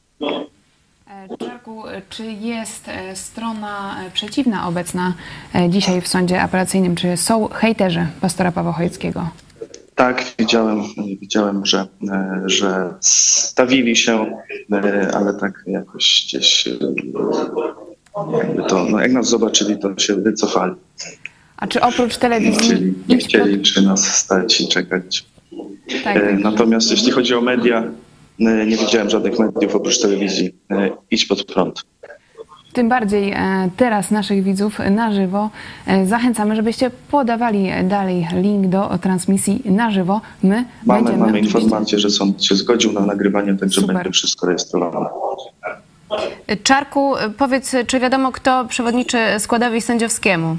Czarku, czy jest strona przeciwna obecna dzisiaj w sądzie apelacyjnym? Czy są hejterzy pastora Pawła Chojeckiego? Tak, widziałem, widziałem, że, że stawili się, ale tak jakoś gdzieś jakby to, no jak nas zobaczyli, to się wycofali. A czy oprócz telewizji... Czyli nie chcieli przy nas stać i czekać. Tak. Natomiast jeśli chodzi o media, nie widziałem żadnych mediów oprócz telewizji. Idź pod prąd. Tym bardziej teraz naszych widzów na żywo zachęcamy, żebyście podawali dalej link do transmisji na żywo. My mamy będziemy mamy oczywiście... informację, że sąd się zgodził na nagrywanie, także Super. będzie wszystko rejestrowane. Czarku, powiedz, czy wiadomo, kto przewodniczy składowi sędziowskiemu?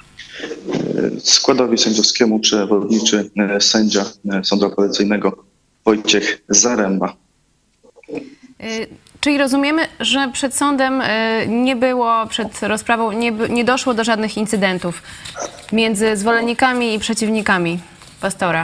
Składowi sędziowskiemu przewodniczy sędzia Sądu Apelacyjnego Wojciech Zaręba. Czyli rozumiemy, że przed sądem nie było, przed rozprawą nie, nie doszło do żadnych incydentów między zwolennikami i przeciwnikami pastora?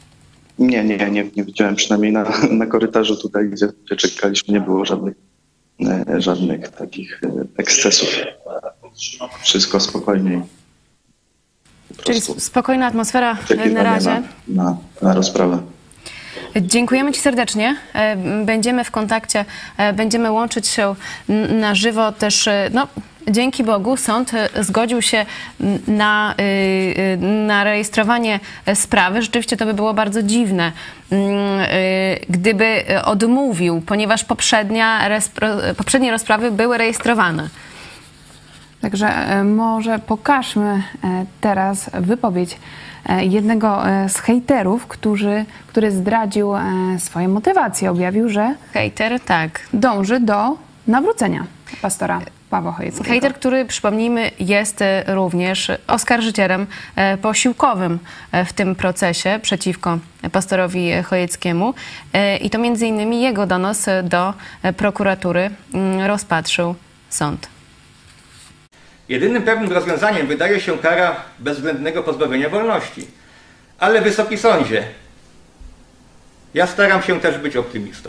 Nie, nie, nie, nie widziałem, przynajmniej na, na korytarzu tutaj, gdzie, gdzie czekaliśmy, nie było żadnych żadnych takich ekscesów. Wszystko spokojniej. Czyli spokojna atmosfera na razie. Na, na, na rozprawę. Dziękujemy Ci serdecznie. Będziemy w kontakcie, będziemy łączyć się na żywo też. No, dzięki Bogu sąd zgodził się na, na rejestrowanie sprawy. Rzeczywiście to by było bardzo dziwne, gdyby odmówił, ponieważ poprzednia, poprzednie rozprawy były rejestrowane. Także może pokażmy teraz wypowiedź jednego z hejterów, który, który zdradził swoją motywację. Objawił, że hejter, tak, dąży do nawrócenia pastora Pawła Chojeckiego. Hejter, który, przypomnijmy, jest również oskarżycielem posiłkowym w tym procesie przeciwko pastorowi Chojeckiemu. I to między innymi jego donos do prokuratury rozpatrzył sąd. Jedynym pewnym rozwiązaniem wydaje się kara bezwzględnego pozbawienia wolności. Ale Wysoki Sądzie, ja staram się też być optymistą.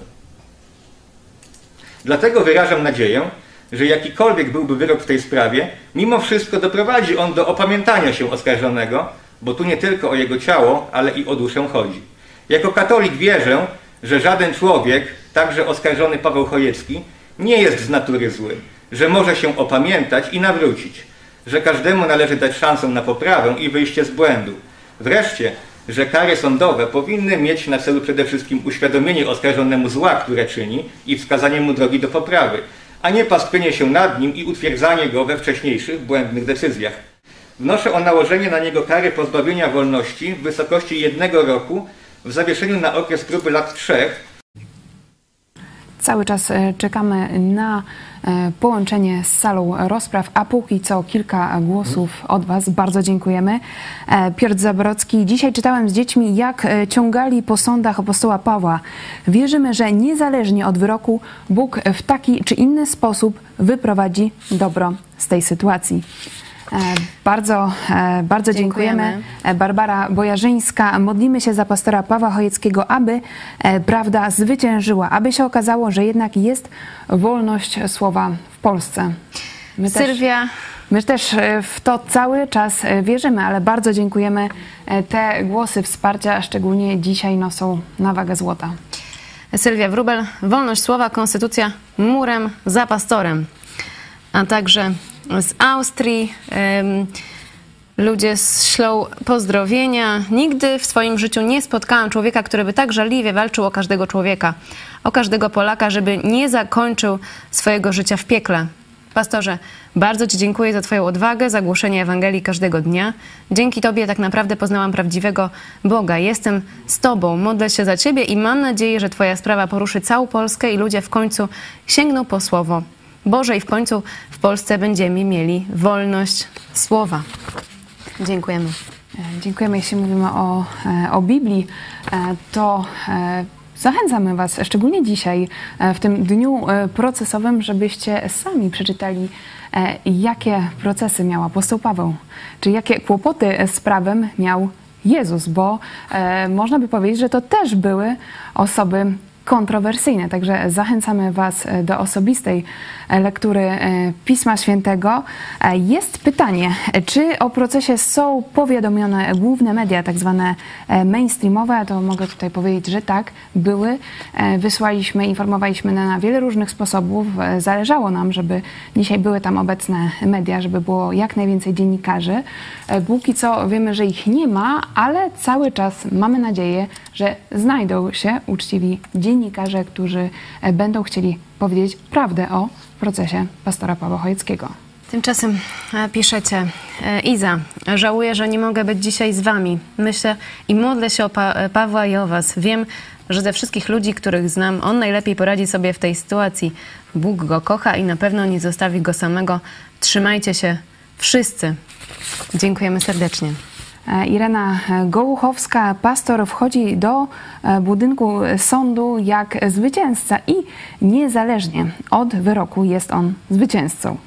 Dlatego wyrażam nadzieję, że jakikolwiek byłby wyrok w tej sprawie, mimo wszystko doprowadzi on do opamiętania się oskarżonego, bo tu nie tylko o jego ciało, ale i o duszę chodzi. Jako katolik wierzę, że żaden człowiek, także oskarżony Paweł Chojecki, nie jest z natury zły, że może się opamiętać i nawrócić, że każdemu należy dać szansę na poprawę i wyjście z błędu. Wreszcie, że kary sądowe powinny mieć na celu przede wszystkim uświadomienie oskarżonemu zła, które czyni i wskazanie mu drogi do poprawy, a nie pastwienie się nad nim i utwierdzanie go we wcześniejszych błędnych decyzjach. Wnoszę o nałożenie na niego kary pozbawienia wolności w wysokości jednego roku w zawieszeniu na okres próby lat trzech. Cały czas czekamy na połączenie z salą rozpraw, a póki co kilka głosów od Was. Bardzo dziękujemy. Piotr Zabrocki. Dzisiaj czytałem z dziećmi, jak ciągali po sądach apostoła Pawła. Wierzymy, że niezależnie od wyroku Bóg w taki czy inny sposób wyprowadzi dobro z tej sytuacji. Bardzo, bardzo dziękujemy. dziękujemy. Barbara Bojarzyńska. Modlimy się za pastora Pawła Chojeckiego, aby prawda zwyciężyła, aby się okazało, że jednak jest wolność słowa w Polsce. My Sylwia. Też, my też w to cały czas wierzymy, ale bardzo dziękujemy. Te głosy wsparcia, szczególnie dzisiaj, no, są na wagę złota. Sylwia Wróbel. Wolność słowa, konstytucja murem za pastorem. A także z Austrii um, ludzie ślą pozdrowienia. Nigdy w swoim życiu nie spotkałam człowieka, który by tak żarliwie walczył o każdego człowieka, o każdego Polaka, żeby nie zakończył swojego życia w piekle. Pastorze, bardzo Ci dziękuję za Twoją odwagę, za głoszenie Ewangelii każdego dnia. Dzięki Tobie tak naprawdę poznałam prawdziwego Boga. Jestem z Tobą, modlę się za Ciebie i mam nadzieję, że Twoja sprawa poruszy całą Polskę i ludzie w końcu sięgną po Słowo Boże i w końcu w Polsce będziemy mieli wolność słowa. Dziękujemy. Dziękujemy. Jeśli mówimy o, o Biblii, to zachęcamy Was, szczególnie dzisiaj, w tym dniu procesowym, żebyście sami przeczytali, jakie procesy miał apostoł Paweł, czy jakie kłopoty z prawem miał Jezus, bo można by powiedzieć, że to też były osoby kontrowersyjne. Także zachęcamy Was do osobistej lektury Pisma Świętego. Jest pytanie, czy o procesie są powiadomione główne media, tak zwane mainstreamowe? To mogę tutaj powiedzieć, że tak, były. Wysłaliśmy, informowaliśmy na wiele różnych sposobów. Zależało nam, żeby dzisiaj były tam obecne media, żeby było jak najwięcej dziennikarzy. Póki co wiemy, że ich nie ma, ale cały czas mamy nadzieję, że znajdą się uczciwi dziennikarze, którzy będą chcieli powiedzieć prawdę o procesie pastora Pawła Chojeckiego. Tymczasem piszecie: Iza, żałuję, że nie mogę być dzisiaj z Wami. Myślę i modlę się o pa Pawła i o Was. Wiem, że ze wszystkich ludzi, których znam, on najlepiej poradzi sobie w tej sytuacji. Bóg go kocha i na pewno nie zostawi go samego. Trzymajcie się wszyscy. Dziękujemy serdecznie. Irena Gołuchowska. Pastor wchodzi do budynku sądu jak zwycięzca i niezależnie od wyroku jest on zwycięzcą.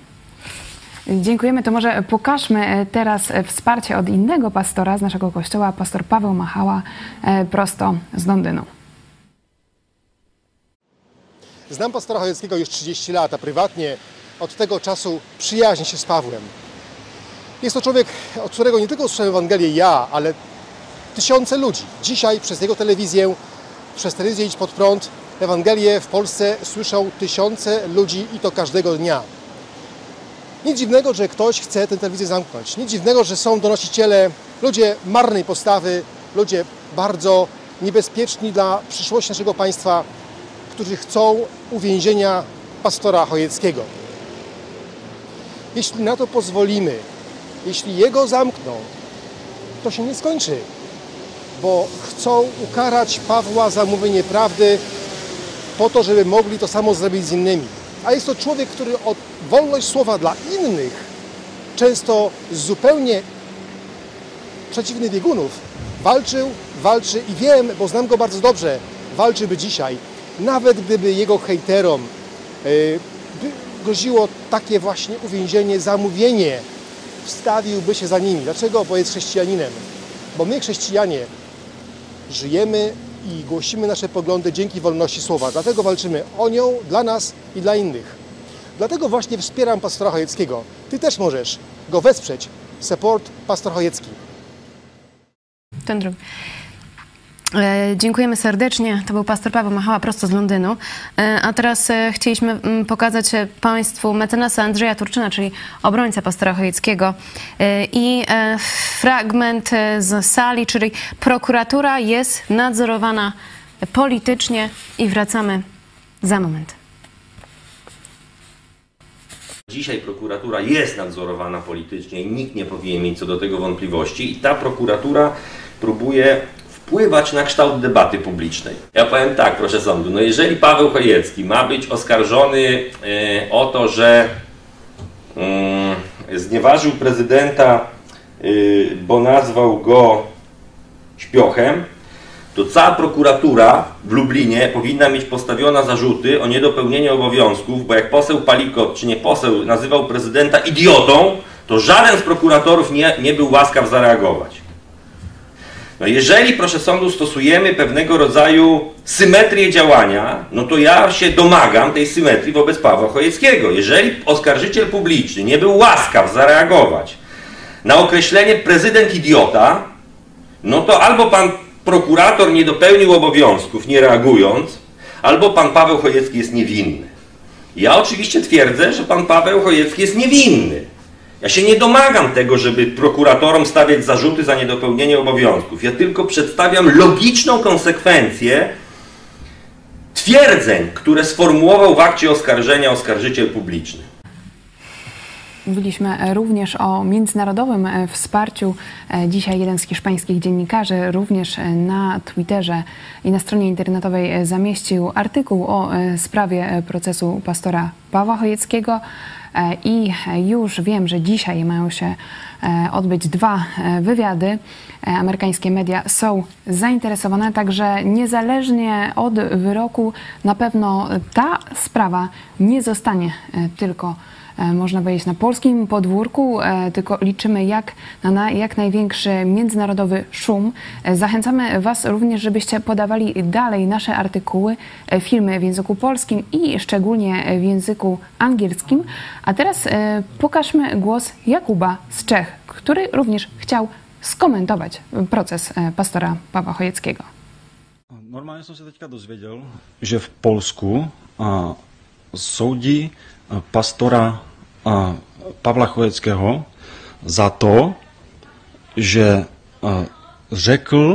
Dziękujemy. To może pokażmy teraz wsparcie od innego pastora z naszego kościoła, pastor Paweł Machała, prosto z Londynu. Znam pastora Chojeckiego już trzydzieści lat, a prywatnie od tego czasu przyjaźnię się z Pawłem. Jest to człowiek, od którego nie tylko usłyszałem Ewangelię ja, ale tysiące ludzi. Dzisiaj przez jego telewizję, przez telewizję Idź Pod Prąd, Ewangelię w Polsce słyszą tysiące ludzi i to każdego dnia. Nic dziwnego, że ktoś chce tę telewizję zamknąć. Nic dziwnego, że są donosiciele, ludzie marnej postawy, ludzie bardzo niebezpieczni dla przyszłości naszego państwa, którzy chcą uwięzienia pastora Chojeckiego. Jeśli na to pozwolimy, jeśli jego zamkną, to się nie skończy, bo chcą ukarać Pawła za mówienie prawdy po to, żeby mogli to samo zrobić z innymi. A jest to człowiek, który o wolność słowa dla innych, często z zupełnie przeciwnych biegunów, walczył, walczy i wiem, bo znam go bardzo dobrze, walczyłby dzisiaj, nawet gdyby jego hejterom yy, groziło takie właśnie uwięzienie, zamówienie, wstawiłby się za nimi. Dlaczego? Bo jest chrześcijaninem. Bo my, chrześcijanie, żyjemy i głosimy nasze poglądy dzięki wolności słowa. Dlatego walczymy o nią, dla nas i dla innych. Dlatego właśnie wspieram pastora Chojeckiego. Ty też możesz go wesprzeć. Support Pastor Chojecki. Ten drugi. E, dziękujemy serdecznie. To był pastor Paweł Machała prosto z Londynu. E, a teraz e, chcieliśmy m, pokazać Państwu mecenasa Andrzeja Turczyna, czyli obrońcę pastora Chojeckiego. E, I e, fragment z sali, czyli prokuratura jest nadzorowana politycznie i wracamy za moment. Dzisiaj prokuratura jest nadzorowana politycznie i nikt nie powinien mieć co do tego wątpliwości i ta prokuratura próbuje wpływać na kształt debaty publicznej. Ja powiem tak, proszę sądu, no jeżeli Paweł Chojecki ma być oskarżony e, o to, że e, znieważył prezydenta, e, bo nazwał go śpiochem, to cała prokuratura w Lublinie powinna mieć postawione zarzuty o niedopełnienie obowiązków, bo jak poseł Palikot, czy nie poseł, nazywał prezydenta idiotą, to żaden z prokuratorów nie, nie był łaskaw zareagować. No jeżeli, proszę sądu, stosujemy pewnego rodzaju symetrię działania, no to ja się domagam tej symetrii wobec Pawła Chojeckiego. Jeżeli oskarżyciel publiczny nie był łaskaw zareagować na określenie prezydent idiota, no to albo pan prokurator nie dopełnił obowiązków, nie reagując, albo pan Paweł Chojecki jest niewinny. Ja oczywiście twierdzę, że pan Paweł Chojecki jest niewinny. Ja się nie domagam tego, żeby prokuratorom stawiać zarzuty za niedopełnienie obowiązków. Ja tylko przedstawiam logiczną konsekwencję twierdzeń, które sformułował w akcie oskarżenia oskarżyciel publiczny. Mówiliśmy również o międzynarodowym wsparciu. Dzisiaj jeden z hiszpańskich dziennikarzy również na Twitterze i na stronie internetowej zamieścił artykuł o sprawie procesu pastora Pawła Chojeckiego. I już wiem, że dzisiaj mają się odbyć dwa wywiady. Amerykańskie media są zainteresowane, także niezależnie od wyroku na pewno ta sprawa nie zostanie tylko, można powiedzieć, na polskim podwórku, tylko liczymy jak na jak największy międzynarodowy szum. Zachęcamy Was również, żebyście podawali dalej nasze artykuły, filmy w języku polskim i szczególnie w języku angielskim. A teraz pokażmy głos Jakuba z Czech, który również chciał skomentować proces pastora Pawła Chojeckiego. Normálně jsem se teďka dozvěděl, že v Polsku a, soudí a, pastora a, Pavla Chojeckého za to, že a, řekl,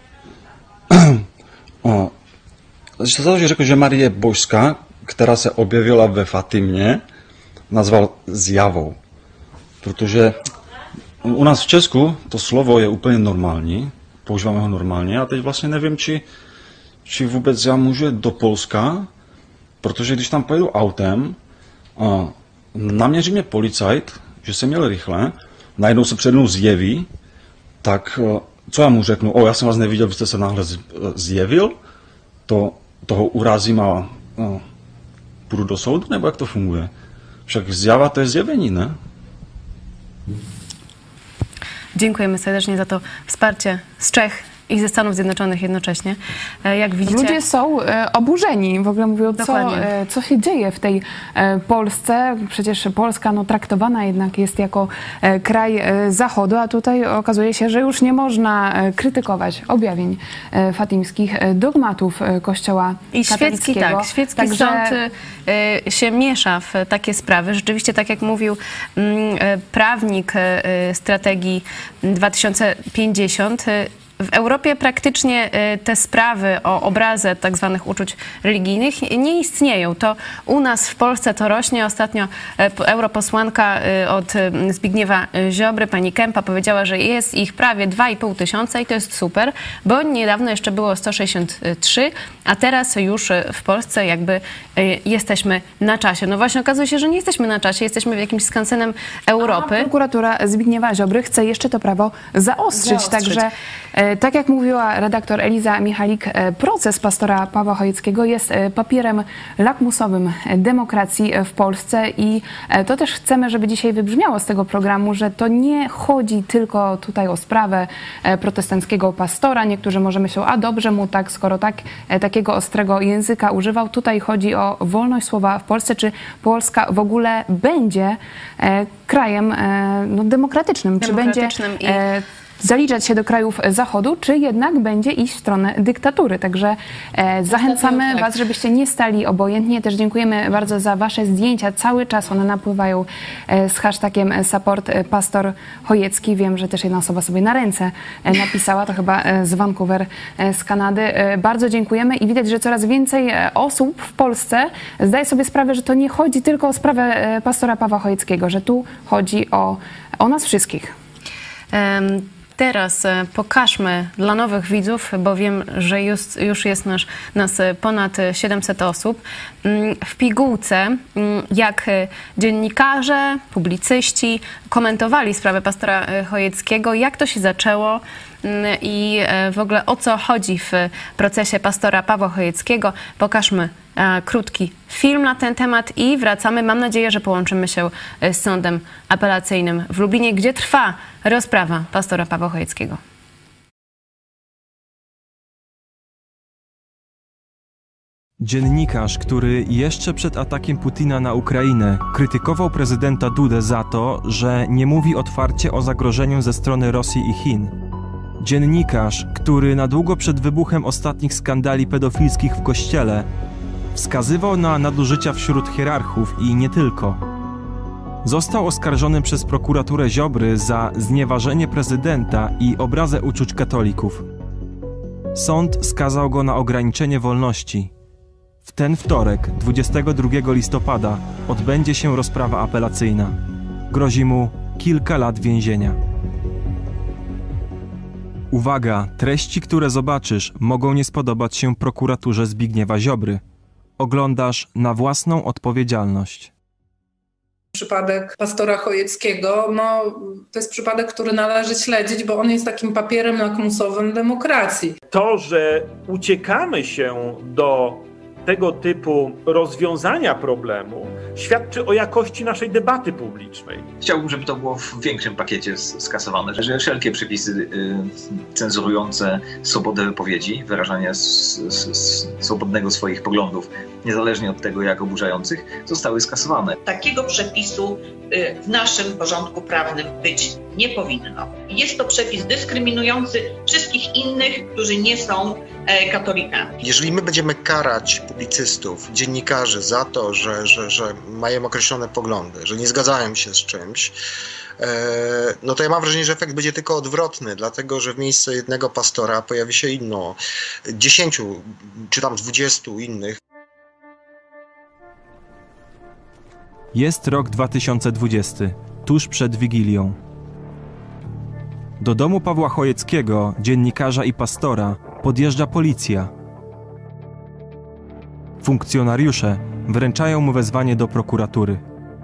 a, za to, že řekl, že Marie Božská, která se objevila ve Fatimě, nazval zjavou. Protože u nás v Česku to slovo je úplně normální, používáme ho normálně a teď vlastně nevím, či, či vůbec já můžu jít do Polska, protože když tam pojedu autem, a naměří mě policajt, že jsem měl rychle, najednou se přede mnou zjeví, tak co já mu řeknu? O, já jsem vás neviděl, vy jste se náhle zjevil, to, toho urazím a no, půjdu do soudu, nebo jak to funguje? Však zjawa to jest zjawienie, nie? Dziękujemy serdecznie za to wsparcie z Czech i ze Stanów Zjednoczonych jednocześnie. Jak widzicie... Ludzie są e, oburzeni, w ogóle mówią, co, e, co się dzieje w tej e, Polsce. Przecież Polska no, traktowana jednak jest jako e, kraj e, Zachodu, a tutaj okazuje się, że już nie można e, krytykować objawień e, fatimskich, e, dogmatów e, Kościoła I świecki, tak, świecki Także... sąd e, się miesza w takie sprawy. Rzeczywiście, tak jak mówił m, e, prawnik e, strategii dwa tysiące pięćdziesiąt, e, w Europie praktycznie te sprawy o obrazę tak zwanych uczuć religijnych nie istnieją. To u nas w Polsce to rośnie. Ostatnio europosłanka od Zbigniewa Ziobry, pani Kempa, powiedziała, że jest ich prawie dwa i pół tysiąca i to jest super, bo niedawno jeszcze było sto sześćdziesiąt trzy, a teraz już w Polsce jakby jesteśmy na czasie. No właśnie okazuje się, że nie jesteśmy na czasie, jesteśmy w jakimś skansenem Europy. A prokuratura Zbigniewa Ziobry chce jeszcze to prawo zaostrzyć, zaostrzyć. Także tak jak mówiła redaktor Eliza Michalik, proces pastora Pawła Chojeckiego jest papierem lakmusowym demokracji w Polsce i to też chcemy, żeby dzisiaj wybrzmiało z tego programu, że to nie chodzi tylko tutaj o sprawę protestanckiego pastora. Niektórzy może myślą, a dobrze mu tak, skoro tak, takiego ostrego języka używał. Tutaj chodzi o wolność słowa w Polsce. Czy Polska w ogóle będzie krajem no, demokratycznym? demokratycznym czy będzie... I... zaliczać się do krajów Zachodu, czy jednak będzie iść w stronę dyktatury. Także e, zachęcamy tak. Was, żebyście nie stali obojętnie. Też dziękujemy bardzo za Wasze zdjęcia. Cały czas one napływają e, z hashtagiem support pastor Chojecki. Wiem, że też jedna osoba sobie na ręce e, napisała. To chyba e, z Vancouver, e, z Kanady. E, bardzo dziękujemy i widać, że coraz więcej e, osób w Polsce zdaje sobie sprawę, że to nie chodzi tylko o sprawę e, pastora Pawła Chojeckiego, że tu chodzi o, o nas wszystkich. Um. Teraz pokażmy dla nowych widzów, bo wiem, że już, już jest nasz, nas ponad siedemset osób, w pigułce, jak dziennikarze, publicyści komentowali sprawę pastora Chojeckiego, jak to się zaczęło i w ogóle o co chodzi w procesie pastora Pawła Chojeckiego. Pokażmy krótki film na ten temat i wracamy. Mam nadzieję, że połączymy się z sądem apelacyjnym w Lublinie, gdzie trwa rozprawa pastora Pawła Chojeckiego. Dziennikarz, który jeszcze przed atakiem Putina na Ukrainę krytykował prezydenta Dudę za to, że nie mówi otwarcie o zagrożeniu ze strony Rosji i Chin. Dziennikarz, który na długo przed wybuchem ostatnich skandali pedofilskich w kościele wskazywał na nadużycia wśród hierarchów i nie tylko. Został oskarżony przez prokuraturę Ziobry za znieważenie prezydenta i obrazę uczuć katolików. Sąd skazał go na ograniczenie wolności. W ten wtorek, dwudziestego drugiego listopada, odbędzie się rozprawa apelacyjna. Grozi mu kilka lat więzienia. Uwaga, treści, które zobaczysz, mogą nie spodobać się prokuraturze Zbigniewa Ziobry. Oglądasz na własną odpowiedzialność. Przypadek pastora Chojeckiego, no to jest przypadek, który należy śledzić, bo on jest takim papierem lakmusowym demokracji. To, że uciekamy się do tego typu rozwiązania problemu, świadczy o jakości naszej debaty publicznej. Chciałbym, żeby to było w większym pakiecie skasowane, że wszelkie przepisy y, cenzurujące swobodę wypowiedzi, wyrażania s, s, swobodnego swoich poglądów, niezależnie od tego, jak oburzających, zostały skasowane. Takiego przepisu y, w naszym porządku prawnym być nie powinno. Jest to przepis dyskryminujący wszystkich innych, którzy nie są e, katolikami. Jeżeli my będziemy karać publicystów, dziennikarzy za to, że, że, że mają określone poglądy, że nie zgadzają się z czymś, e, no to ja mam wrażenie, że efekt będzie tylko odwrotny, dlatego że w miejsce jednego pastora pojawi się inno, dziesięciu czy tam dwudziestu innych. Jest rok dwa tysiące dwudziesty, tuż przed Wigilią. Do domu Pawła Chojeckiego, dziennikarza i pastora, podjeżdża policja. Funkcjonariusze wręczają mu wezwanie do prokuratury.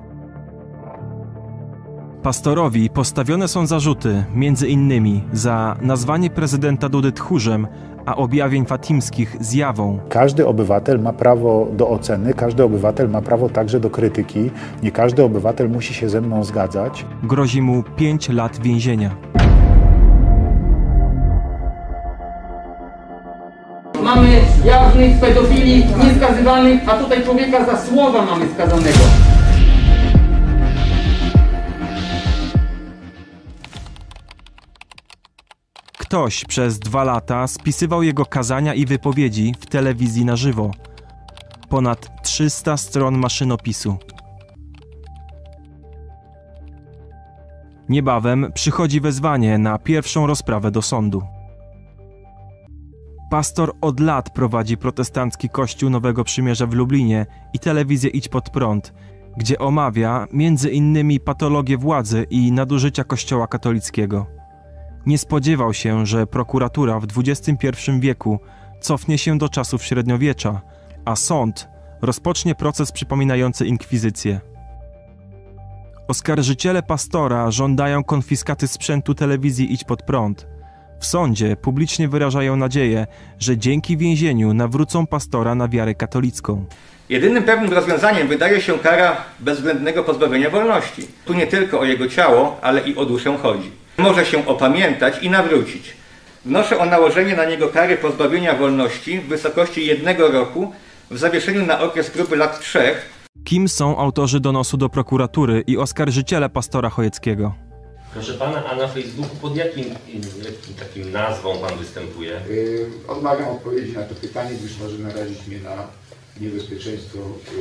Pastorowi postawione są zarzuty, między innymi za nazwanie prezydenta Dudy tchórzem, a objawień fatimskich zjawą. Każdy obywatel ma prawo do oceny, każdy obywatel ma prawo także do krytyki. Nie każdy obywatel musi się ze mną zgadzać. Grozi mu pięć lat więzienia. mamy jawnych pedofili nieskazywanych, a tutaj człowieka za słowa mamy skazanego. Ktoś przez dwa lata spisywał jego kazania i wypowiedzi w telewizji na żywo. Ponad trzysta stron maszynopisu. Niebawem przychodzi wezwanie na pierwszą rozprawę do sądu. Pastor od lat prowadzi protestancki kościół Nowego Przymierza w Lublinie i telewizję Idź Pod Prąd, gdzie omawia między innymi patologię władzy i nadużycia Kościoła katolickiego. Nie spodziewał się, że prokuratura w dwudziestym pierwszym wieku cofnie się do czasów średniowiecza, a sąd rozpocznie proces przypominający inkwizycję. Oskarżyciele pastora żądają konfiskaty sprzętu telewizji Idź Pod Prąd. W sądzie publicznie wyrażają nadzieję, że dzięki więzieniu nawrócą pastora na wiarę katolicką. Jedynym pewnym rozwiązaniem wydaje się kara bezwzględnego pozbawienia wolności. Tu nie tylko o jego ciało, ale i o duszę chodzi. Może się opamiętać i nawrócić. Wnoszę o nałożenie na niego kary pozbawienia wolności w wysokości jednego roku w zawieszeniu na okres próby lat trzech. Kim są autorzy donosu do prokuratury i oskarżyciele pastora Chojeckiego? Proszę pana, a na Facebooku pod jakim, jakim takim nazwą pan występuje? Yy, odmawiam odpowiedzi na to pytanie, gdyż może narazić mnie na niebezpieczeństwo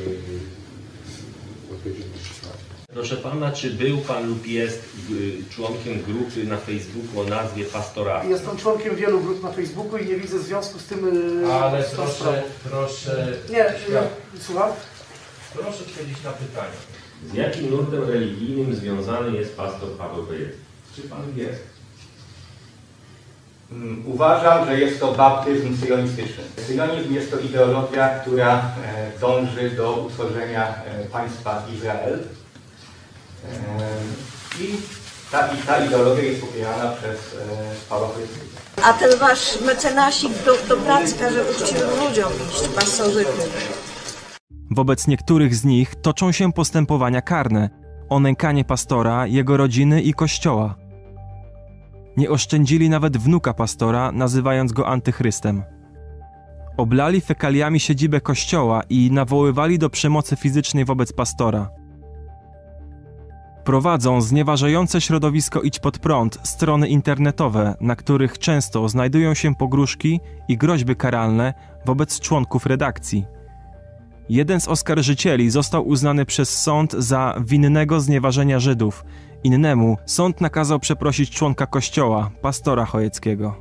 yy, odpowiedzialności karnej. Proszę pana, czy był pan lub jest y, członkiem grupy na Facebooku o nazwie Pastora? Jestem członkiem wielu grup na Facebooku i nie widzę związku z tym. Yy, Ale z proszę, proszę... Nie, nie, słucham? Proszę odpowiedzieć na pytanie. Z jakim nurtem religijnym związany jest pastor Paweł Chojecki? Czy pan wie? Uważam, że jest to baptyzm syjonistyczny. Syjonizm jest to ideologia, która e, dąży do utworzenia e, państwa Izrael. E, i, ta, I ta ideologia jest popierana przez e, Pawła Chojeckiego. A ten wasz mecenasik do, do pracy każe uczciwym ludziom iść, pasożyty. Wobec niektórych z nich toczą się postępowania karne o nękanie pastora, jego rodziny i kościoła. Nie oszczędzili nawet wnuka pastora, nazywając go antychrystem. Oblali fekaliami siedzibę kościoła i nawoływali do przemocy fizycznej wobec pastora. Prowadzą znieważające środowisko Idź Pod Prąd strony internetowe, na których często znajdują się pogróżki i groźby karalne wobec członków redakcji. Jeden z oskarżycieli został uznany przez sąd za winnego znieważenia Żydów. Innemu sąd nakazał przeprosić członka kościoła, pastora Chojeckiego.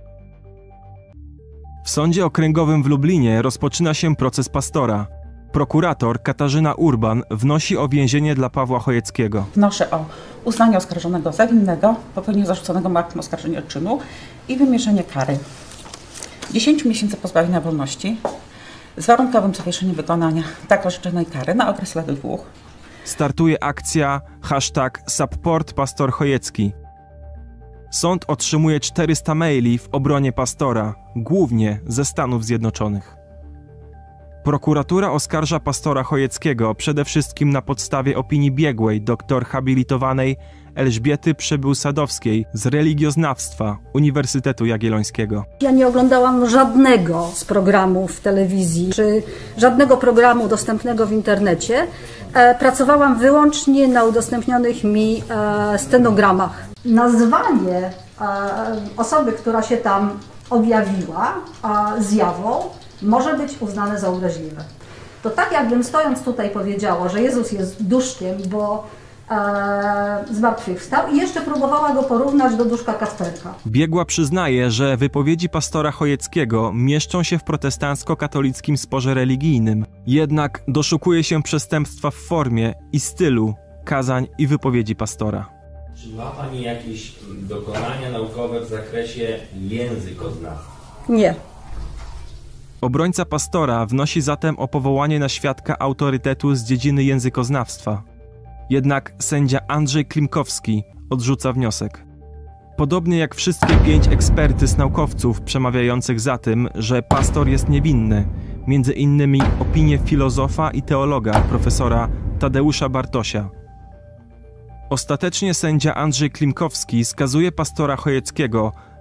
W sądzie okręgowym w Lublinie rozpoczyna się proces pastora. Prokurator Katarzyna Urban wnosi o więzienie dla Pawła Chojeckiego. Wnoszę o uznanie oskarżonego za winnego, popełnienie zarzuconego mu aktem oskarżenia czynu i wymierzenie kary dziesięć miesięcy pozbawienia wolności z warunkowym zawieszeniem wykonania tak orzeczonej kary na okres lat dwóch. Startuje akcja hashtag Support Pastor Chojecki. Sąd otrzymuje czterysta maili w obronie pastora, głównie ze Stanów Zjednoczonych. Prokuratura oskarża pastora Chojeckiego przede wszystkim na podstawie opinii biegłej doktor habilitowanej Elżbiety Przybył-Sadowskiej z religioznawstwa Uniwersytetu Jagiellońskiego. Ja nie oglądałam żadnego z programów telewizji, czy żadnego programu dostępnego w internecie. E, pracowałam wyłącznie na udostępnionych mi e, stenogramach. Nazwanie e, osoby, która się tam objawiła e, zjawą, może być uznane za obraźliwe. To tak jakbym stojąc tutaj powiedziała, że Jezus jest duszkiem, bo e, zmartwychwstał i jeszcze próbowała go porównać do duszka Kasperka. Biegła przyznaje, że wypowiedzi pastora Chojeckiego mieszczą się w protestancko-katolickim sporze religijnym. Jednak doszukuje się przestępstwa w formie i stylu kazań i wypowiedzi pastora. Czy ma Pani jakieś dokonania naukowe w zakresie językoznawstwa? Nie. Obrońca pastora wnosi zatem o powołanie na świadka autorytetu z dziedziny językoznawstwa. Jednak sędzia Andrzej Klimkowski odrzuca wniosek. Podobnie jak wszystkie pięć ekspertyz naukowców przemawiających za tym, że pastor jest niewinny, między innymi opinie filozofa i teologa profesora Tadeusza Bartosia. Ostatecznie sędzia Andrzej Klimkowski skazuje pastora Chojeckiego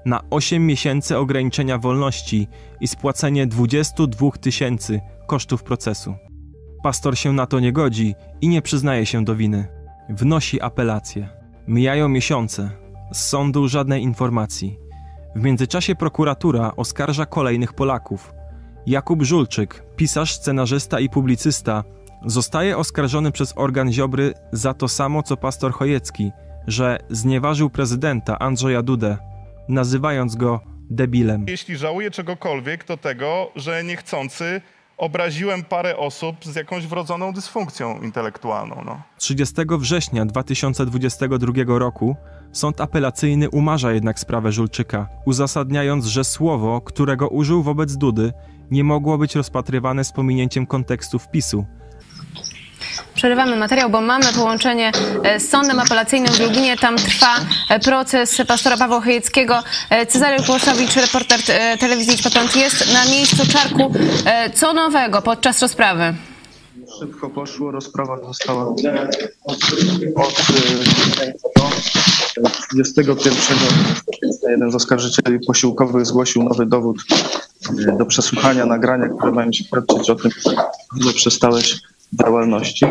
na osiem miesięcy ograniczenia wolności i spłacenie dwadzieścia dwa tysięcy kosztów procesu. Pastor się na to nie godzi i nie przyznaje się do winy. Wnosi apelację. Mijają miesiące. Z sądu żadnej informacji. W międzyczasie prokuratura oskarża kolejnych Polaków. Jakub Żulczyk, pisarz, scenarzysta i publicysta, zostaje oskarżony przez organ Ziobry za to samo co pastor Chojecki, że znieważył prezydenta Andrzeja Dudę, nazywając go debilem. Jeśli żałuję czegokolwiek, to tego, że niechcący obraziłem parę osób z jakąś wrodzoną dysfunkcją intelektualną. No. trzydziestego września dwa tysiące dwudziestego drugiego roku sąd apelacyjny umarza jednak sprawę Żulczyka, uzasadniając, że słowo, którego użył wobec Dudy, nie mogło być rozpatrywane z pominięciem kontekstu wpisu. Przerywamy materiał, bo mamy połączenie z Sądem Apelacyjnym w Lublinie. Tam trwa proces pastora Pawła Chojeckiego. Cezary Kłosowicz, reporter telewizji Idź Pod Prąd, jest na miejscu. Czarku, co nowego podczas rozprawy? Szybko poszło, rozprawa została od trzydziestego pierwszego. Jeden z oskarżycieli posiłkowych zgłosił nowy dowód do przesłuchania nagrania, które mają świadczyć o tym, że przestałeś działalności.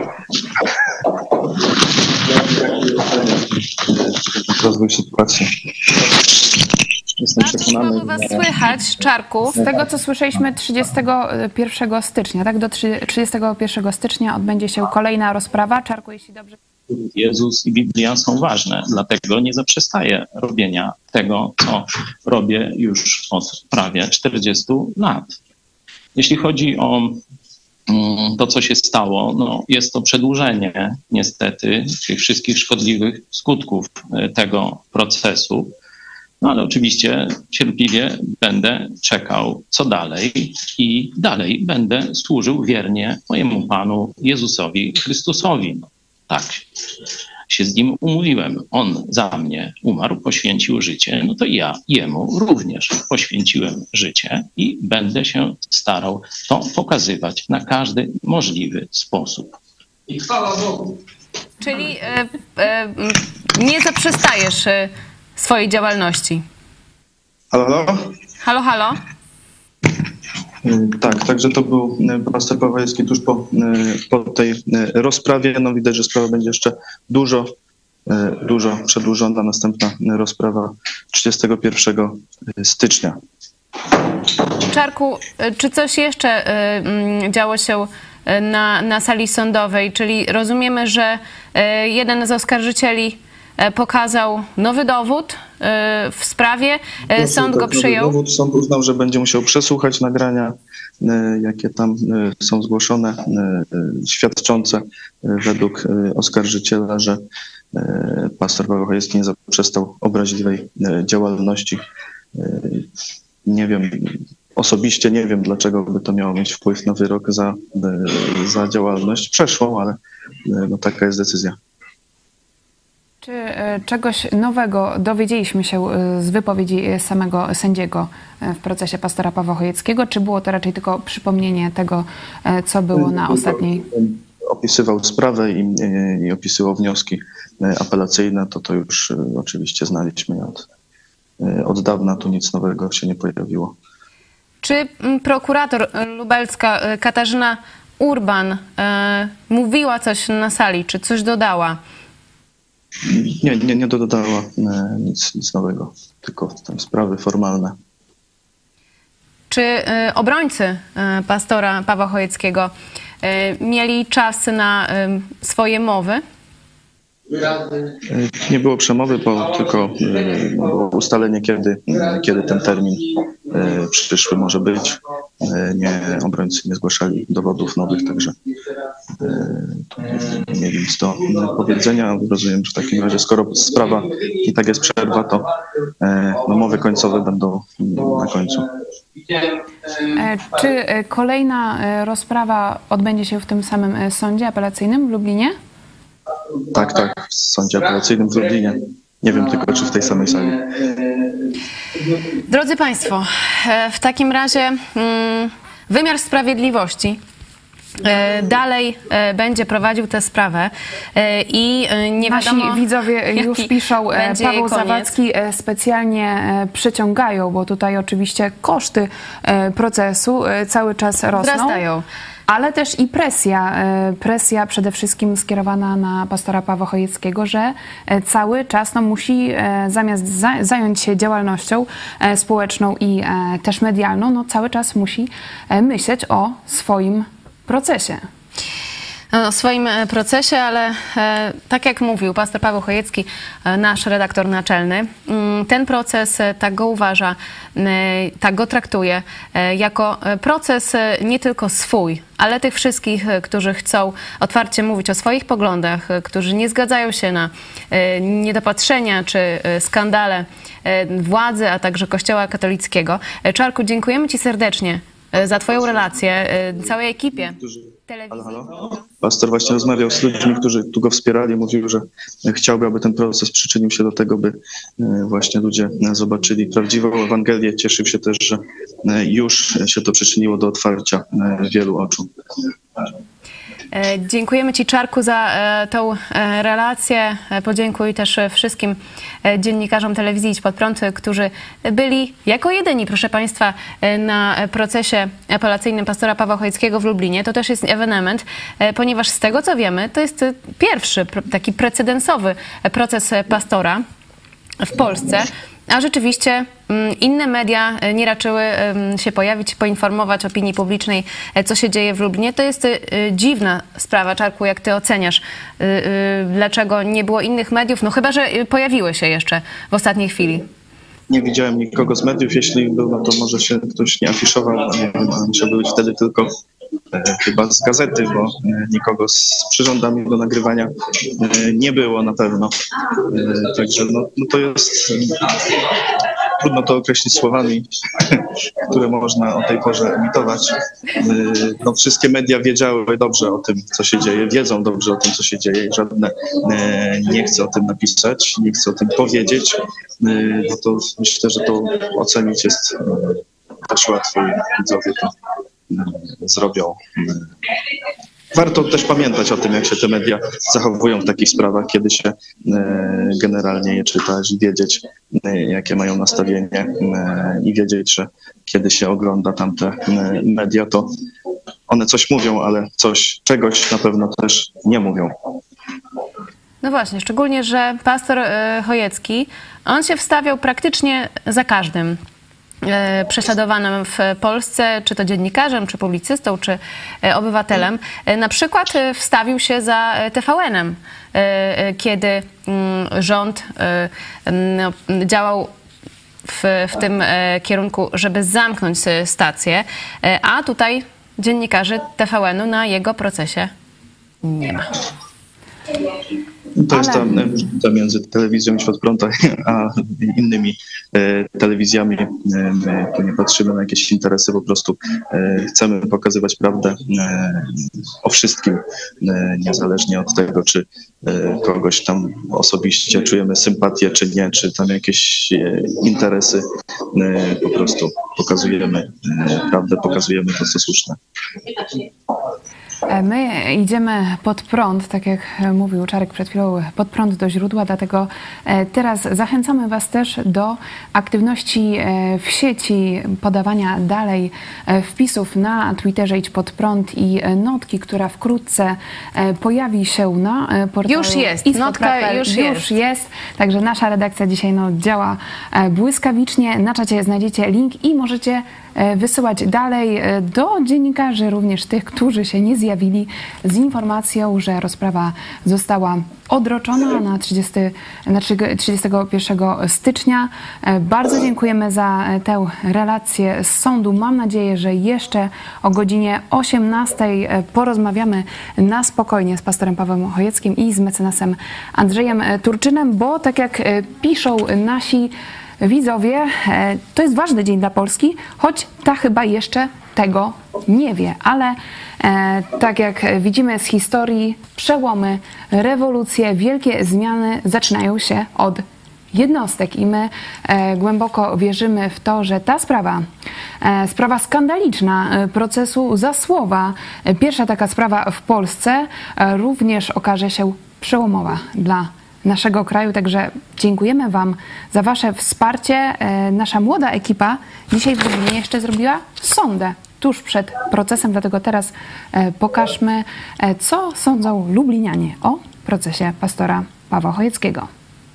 Rozwój sytuacji. Jestem przekonany. Mamy was słychać, Czarku. Z tego, co słyszeliśmy, trzydziestego pierwszego stycznia, tak? Do trzydziestego pierwszego stycznia odbędzie się kolejna rozprawa. Czarku, jeśli dobrze... Jezus i Biblia są ważne, dlatego nie zaprzestaję robienia tego, co robię już od prawie czterdziestu lat. Jeśli chodzi o to, co się stało, no jest to przedłużenie niestety tych wszystkich szkodliwych skutków tego procesu. No ale oczywiście cierpliwie będę czekał, co dalej i dalej będę służył wiernie mojemu Panu Jezusowi Chrystusowi. No, tak się z Nim umówiłem. On za mnie umarł, poświęcił życie, no to ja Jemu również poświęciłem życie i będę się starał to pokazywać na każdy możliwy sposób. I chwała Bogu. Czyli e, e, nie zaprzestajesz e, swojej działalności. Halo, halo? Halo, halo? Tak, także to był pastor Pawłowski tuż po, po tej rozprawie. No widać, że sprawa będzie jeszcze dużo, dużo przedłużona. Następna rozprawa trzydziestego pierwszego stycznia. Czarku, czy coś jeszcze działo się na, na sali sądowej? Czyli rozumiemy, że jeden z oskarżycieli pokazał nowy dowód w sprawie, sąd go przyjął. Dowód, sąd uznał, że będzie musiał przesłuchać nagrania, jakie tam są zgłoszone, świadczące według oskarżyciela, że pastor Paweł Chojecki nie zaprzestał obraźliwej działalności. Nie wiem, osobiście nie wiem, dlaczego by to miało mieć wpływ na wyrok za, za działalność przeszłą, ale no, taka jest decyzja. Czy czegoś nowego dowiedzieliśmy się z wypowiedzi samego sędziego w procesie pastora Pawła Chojeckiego, czy było to raczej tylko przypomnienie tego, co było na ostatniej? Opisywał sprawę i, i opisywał wnioski apelacyjne, to to już oczywiście znaliśmy od, od dawna, tu nic nowego się nie pojawiło. Czy prokurator lubelska Katarzyna Urban e, mówiła coś na sali, czy coś dodała? Nie, nie, nie dodała nic, nic nowego, tylko tam sprawy formalne. Czy obrońcy pastora Pawła Chojeckiego mieli czas na swoje mowy? Nie było przemowy, bo tylko było ustalenie, kiedy, kiedy ten termin przyszły może być. Nie, obrońcy nie zgłaszali dowodów nowych, także nie mieli nic do powiedzenia. Rozumiem, że w takim razie, skoro sprawa i tak jest przerwa, to no, mowy końcowe będą na końcu. Czy kolejna rozprawa odbędzie się w tym samym sądzie apelacyjnym w Lublinie? Tak, tak, w sądzie apelacyjnym w Lublinie. Nie wiem tylko, czy w tej samej sali. Drodzy Państwo, w takim razie wymiar sprawiedliwości dalej będzie prowadził tę sprawę i nie wiadomo... Nasi widzowie już piszą, Paweł Zawadzki specjalnie przeciągają, bo tutaj oczywiście koszty procesu cały czas rosną. Wzrastają. Ale też i presja, presja przede wszystkim skierowana na pastora Pawła Chojeckiego, że cały czas no, musi zamiast za, zająć się działalnością społeczną i też medialną, no, cały czas musi myśleć o swoim procesie. O swoim procesie, ale e, tak jak mówił pastor Paweł Chojecki, e, nasz redaktor naczelny, m, ten proces, e, tak go uważa, e, tak go traktuje, e, jako proces e, nie tylko swój, ale tych wszystkich, e, którzy chcą otwarcie mówić o swoich poglądach, e, którzy nie zgadzają się na e, niedopatrzenia czy e, skandale e, władzy, a także Kościoła katolickiego. E, Czarku, dziękujemy Ci serdecznie e, za Twoją relację, e, całej ekipie. Halo, halo. Pastor właśnie rozmawiał z ludźmi, którzy tu go wspierali. Mówił, że chciałby, aby ten proces przyczynił się do tego, by właśnie ludzie zobaczyli prawdziwą Ewangelię. Cieszył się też, że już się to przyczyniło do otwarcia wielu oczu. Dziękujemy Ci, Czarku, za tą relację. Podziękuję też wszystkim dziennikarzom telewizji Idź Pod Prąd, którzy byli jako jedyni, proszę Państwa, na procesie apelacyjnym pastora Pawła Chojeckiego w Lublinie. To też jest ewenement, ponieważ z tego, co wiemy, to jest pierwszy taki precedensowy proces pastora w Polsce. A rzeczywiście inne media nie raczyły się pojawić, poinformować opinii publicznej, co się dzieje w Lublinie. To jest dziwna sprawa, Czarku, jak ty oceniasz, dlaczego nie było innych mediów? No chyba, że pojawiły się jeszcze w ostatniej chwili. Nie widziałem nikogo z mediów. Jeśli był, no to może się ktoś nie afiszował. Nie wiem, musiałby być wtedy tylko e, chyba z gazety, bo e, nikogo z przyrządami do nagrywania e, nie było na pewno. E, także no, no to jest... E, trudno to określić słowami, które można o tej porze emitować. E, no, wszystkie media wiedziały dobrze o tym, co się dzieje, wiedzą dobrze o tym, co się dzieje i żadne e, nie chce o tym napisać, nie chce o tym powiedzieć. E, no to myślę, że to ocenić jest też łatwo i widzowie to zrobią. Warto też pamiętać o tym, jak się te media zachowują w takich sprawach, kiedy się generalnie je czyta, i wiedzieć, jakie mają nastawienie i wiedzieć, że kiedy się ogląda tamte media, to one coś mówią, ale coś, czegoś na pewno też nie mówią. No właśnie, szczególnie, że pastor Chojecki, on się wstawiał praktycznie za każdym prześladowanym w Polsce, czy to dziennikarzem, czy publicystą, czy obywatelem. Na przykład wstawił się za T V N-em, kiedy rząd no, działał w, w tym kierunku, żeby zamknąć stację, a tutaj dziennikarzy T V N-u na jego procesie nie ma. To jest ta różnica między telewizją Idź Pod Prąd a innymi e, telewizjami. E, my tu nie patrzymy na jakieś interesy, po prostu e, chcemy pokazywać prawdę e, o wszystkim, e, niezależnie od tego, czy e, kogoś tam osobiście czujemy sympatię, czy nie, czy tam jakieś e, interesy. E, po prostu pokazujemy e, prawdę, pokazujemy to, co słuszne. My idziemy pod prąd, tak jak mówił Czarek przed chwilą, pod prąd do źródła, dlatego teraz zachęcamy Was też do aktywności w sieci, podawania dalej wpisów na Twitterze Idź Pod Prąd i notki, która wkrótce pojawi się na portalu. Już jest, notka już, już jest. jest. Także nasza redakcja dzisiaj no, działa błyskawicznie. Na czacie znajdziecie link i możecie wysyłać dalej do dziennikarzy, również tych, którzy się nie zjawili, z informacją, że rozprawa została odroczona na, trzydziestego pierwszego stycznia. Bardzo dziękujemy za tę relację z sądu. Mam nadzieję, że jeszcze o godzinie osiemnastej porozmawiamy na spokojnie z pastorem Pawłem Chojeckim i z mecenasem Andrzejem Turczynem, bo tak jak piszą nasi widzowie, to jest ważny dzień dla Polski, choć ta chyba jeszcze tego nie wie, ale e, tak jak widzimy z historii, przełomy, rewolucje, wielkie zmiany zaczynają się od jednostek i my e, głęboko wierzymy w to, że ta sprawa, e, sprawa skandaliczna e, procesu Zasłowa, e, pierwsza taka sprawa w Polsce, e, również okaże się przełomowa dla naszego kraju. Także dziękujemy Wam za Wasze wsparcie. E, nasza młoda ekipa dzisiaj w Lublinie jeszcze zrobiła sondę tuż przed procesem, dlatego teraz e, pokażmy, e, co sądzą lublinianie o procesie pastora Pawła Chojeckiego.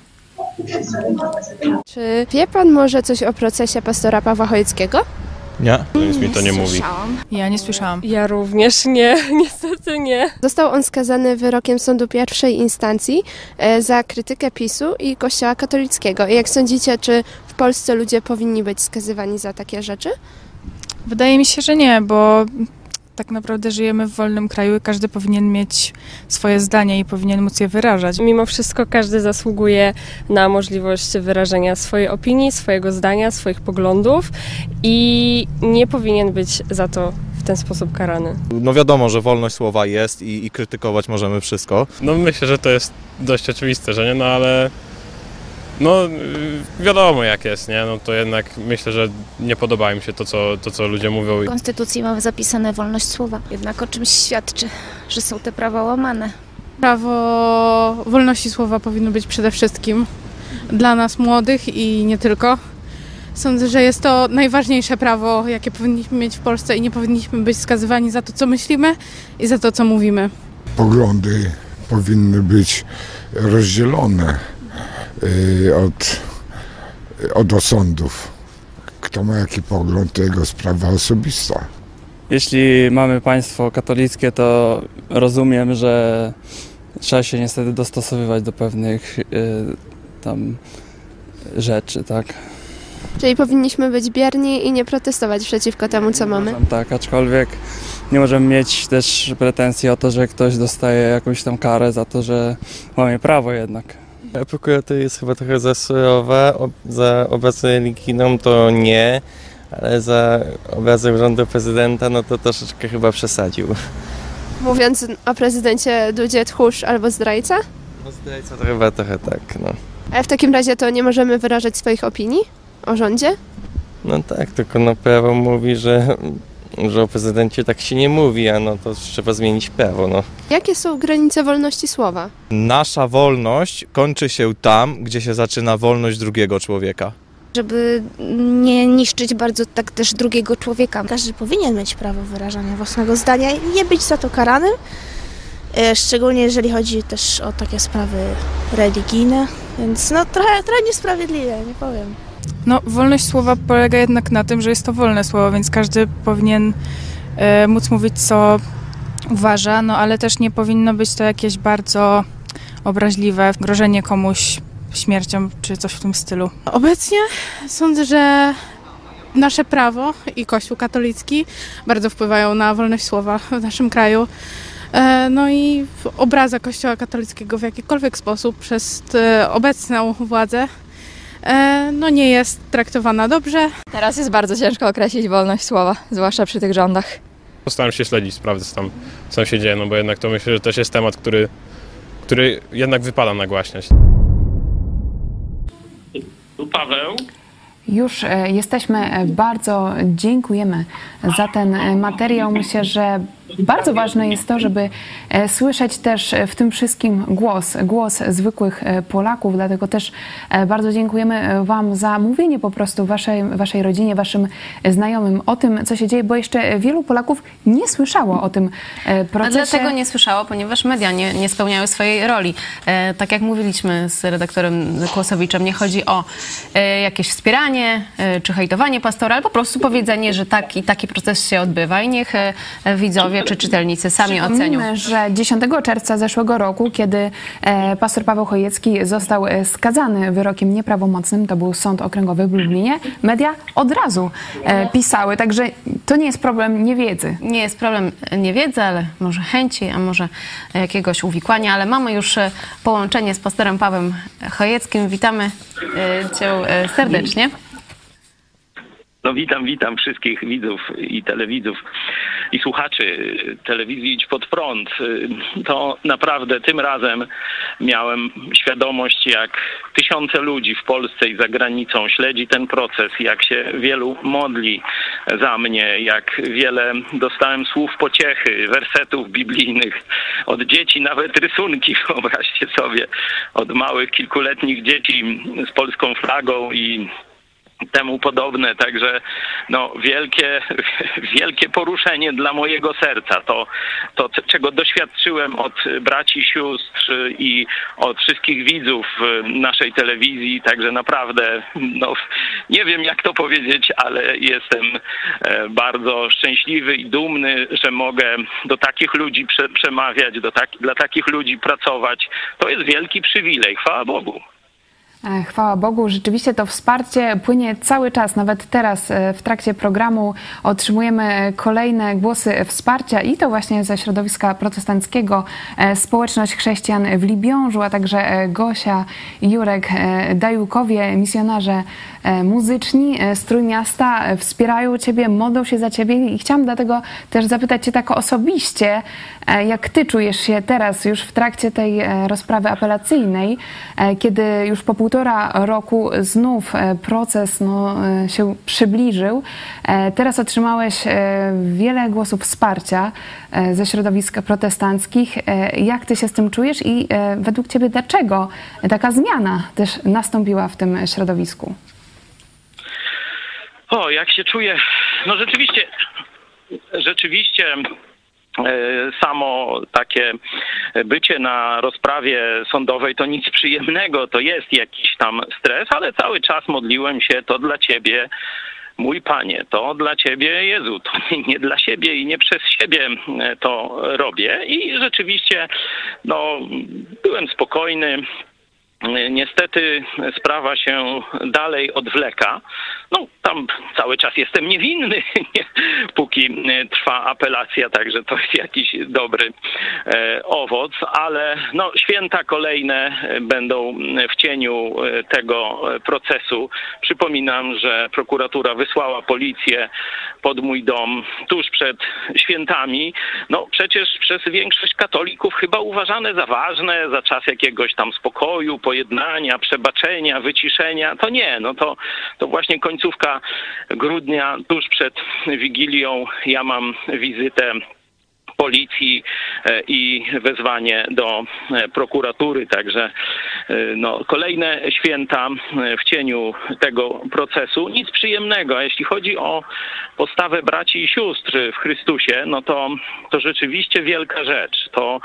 Czy wie pan może coś o procesie pastora Pawła Chojeckiego? Nie, nic mi to nie mówi. Ja nie słyszałam. Ja również nie, niestety nie. Został on skazany wyrokiem sądu pierwszej instancji e, za krytykę PiSu i Kościoła katolickiego. I jak sądzicie, czy w Polsce ludzie powinni być skazywani za takie rzeczy? Wydaje mi się, że nie, bo tak naprawdę żyjemy w wolnym kraju i każdy powinien mieć swoje zdanie i powinien móc je wyrażać. Mimo wszystko każdy zasługuje na możliwość wyrażenia swojej opinii, swojego zdania, swoich poglądów i nie powinien być za to w ten sposób karany. No wiadomo, że wolność słowa jest i, i krytykować możemy wszystko. No myślę, że to jest dość oczywiste, że nie, no ale no wiadomo jak jest, nie, no to jednak myślę, że nie podoba im się to, co, to, co ludzie mówią. W Konstytucji mamy zapisane wolność słowa, jednak o czymś świadczy, że są te prawa łamane. Prawo wolności słowa powinno być przede wszystkim dla nas młodych i nie tylko. Sądzę, że jest to najważniejsze prawo, jakie powinniśmy mieć w Polsce i nie powinniśmy być skazywani za to, co myślimy i za to, co mówimy. Poglądy powinny być rozdzielone od, od osądów. Kto ma jaki pogląd, to jego sprawa osobista. Jeśli mamy państwo katolickie, to rozumiem, że trzeba się niestety dostosowywać do pewnych y, tam rzeczy, tak? Czyli powinniśmy być bierni i nie protestować przeciwko temu, co mamy? Tak, aczkolwiek nie możemy mieć też pretensji o to, że ktoś dostaje jakąś tam karę za to, że łamie prawo jednak. Prokurator jest chyba trochę za surowa, za obrazę religijną to nie, ale za obrazem rządu prezydenta no to troszeczkę chyba przesadził. Mówiąc o prezydencie Dudzie, tchórz albo zdrajca? No zdrajca to chyba trochę tak, no. A w takim razie to nie możemy wyrażać swoich opinii o rządzie? No tak, tylko no prawo mówi, że, że o prezydencie tak się nie mówi, a no to trzeba zmienić prawo, no. Jakie są granice wolności słowa? Nasza wolność kończy się tam, gdzie się zaczyna wolność drugiego człowieka. Żeby nie niszczyć bardzo tak też drugiego człowieka. Każdy powinien mieć prawo wyrażania własnego zdania i nie być za to karanym. Szczególnie jeżeli chodzi też o takie sprawy religijne, więc no trochę, trochę niesprawiedliwe, nie powiem. No, wolność słowa polega jednak na tym, że jest to wolne słowo, więc każdy powinien e, móc mówić, co uważa, no ale też nie powinno być to jakieś bardzo obraźliwe grożenie komuś śmiercią czy coś w tym stylu. Obecnie sądzę, że nasze prawo i Kościół katolicki bardzo wpływają na wolność słowa w naszym kraju. E, no i obraza Kościoła katolickiego w jakikolwiek sposób przez e, obecną władzę no nie jest traktowana dobrze. Teraz jest bardzo ciężko określić wolność słowa, zwłaszcza przy tych rządach. Postaram się śledzić sprawy, co tam, co tam się dzieje, no bo jednak to myślę, że też jest temat, który, który jednak wypada nagłaśniać. Tu Paweł. Już jesteśmy, bardzo dziękujemy za ten materiał. Myślę, że bardzo ważne jest to, żeby słyszeć też w tym wszystkim głos, głos zwykłych Polaków, dlatego też bardzo dziękujemy Wam za mówienie po prostu waszej, waszej rodzinie, waszym znajomym o tym, co się dzieje, bo jeszcze wielu Polaków nie słyszało o tym procesie. A dlatego nie słyszało, ponieważ media nie, nie spełniały swojej roli. E, tak jak mówiliśmy z redaktorem Kłosowiczem, nie chodzi o e, jakieś wspieranie e, czy hejtowanie pastora, ale po prostu powiedzenie, że taki, taki proces się odbywa i niech e, widzowie czy czytelnicy sami ocenią. Przypomnijmy, że dziesiątego czerwca zeszłego roku, kiedy e, pastor Paweł Chojecki został skazany wyrokiem nieprawomocnym, to był Sąd Okręgowy w Lublinie, media od razu e, pisały, także to nie jest problem niewiedzy. Nie jest problem niewiedzy, ale może chęci, a może jakiegoś uwikłania, ale mamy już połączenie z pastorem Pawłem Chojeckim. Witamy e, Cię serdecznie. No witam, witam wszystkich widzów i telewidzów i słuchaczy telewizji Idź Pod Prąd. To naprawdę tym razem miałem świadomość, jak tysiące ludzi w Polsce i za granicą śledzi ten proces, jak się wielu modli za mnie, jak wiele dostałem słów pociechy, wersetów biblijnych, od dzieci nawet rysunki, wyobraźcie sobie, od małych kilkuletnich dzieci z polską flagą i temu podobne, także no wielkie, wielkie poruszenie dla mojego serca. To, to, czego doświadczyłem od braci, sióstr i od wszystkich widzów naszej telewizji, także naprawdę, no nie wiem jak to powiedzieć, ale jestem bardzo szczęśliwy i dumny, że mogę do takich ludzi prze, przemawiać, do tak, dla takich ludzi pracować. To jest wielki przywilej, chwała Bogu. Chwała Bogu, rzeczywiście to wsparcie płynie cały czas, nawet teraz w trakcie programu otrzymujemy kolejne głosy wsparcia i to właśnie ze środowiska protestanckiego, społeczność chrześcijan w Libiążu, a także Gosia, Jurek, Dajukowie, misjonarze muzyczni z Trójmiasta wspierają Ciebie, modlą się za Ciebie i chciałam dlatego też zapytać Cię tak osobiście, jak Ty czujesz się teraz już w trakcie tej rozprawy apelacyjnej, kiedy już po półtora roku znów proces no, się przybliżył. Teraz otrzymałeś wiele głosów wsparcia ze środowisk protestanckich. Jak Ty się z tym czujesz i według Ciebie dlaczego taka zmiana też nastąpiła w tym środowisku? O, jak się czuję? No rzeczywiście, rzeczywiście samo takie bycie na rozprawie sądowej to nic przyjemnego, to jest jakiś tam stres, ale cały czas modliłem się, to dla Ciebie, mój Panie, to dla Ciebie, Jezu, to nie, nie dla siebie i nie przez siebie to robię i rzeczywiście no, byłem spokojny. Niestety sprawa się dalej odwleka. No tam cały czas jestem niewinny, póki trwa apelacja, także to jest jakiś dobry e, owoc, ale no, święta kolejne będą w cieniu tego procesu. Przypominam, że prokuratura wysłała policję pod mój dom tuż przed świętami. No przecież przez większość katolików chyba uważane za ważne, za czas jakiegoś tam spokoju, pojednania, przebaczenia, wyciszenia. To nie, no to, to właśnie końcówka grudnia, tuż przed Wigilią, ja mam wizytę policji i wezwanie do prokuratury. Także no, kolejne święta w cieniu tego procesu. Nic przyjemnego. A jeśli chodzi o postawę braci i sióstr w Chrystusie, no to, to rzeczywiście wielka rzecz. To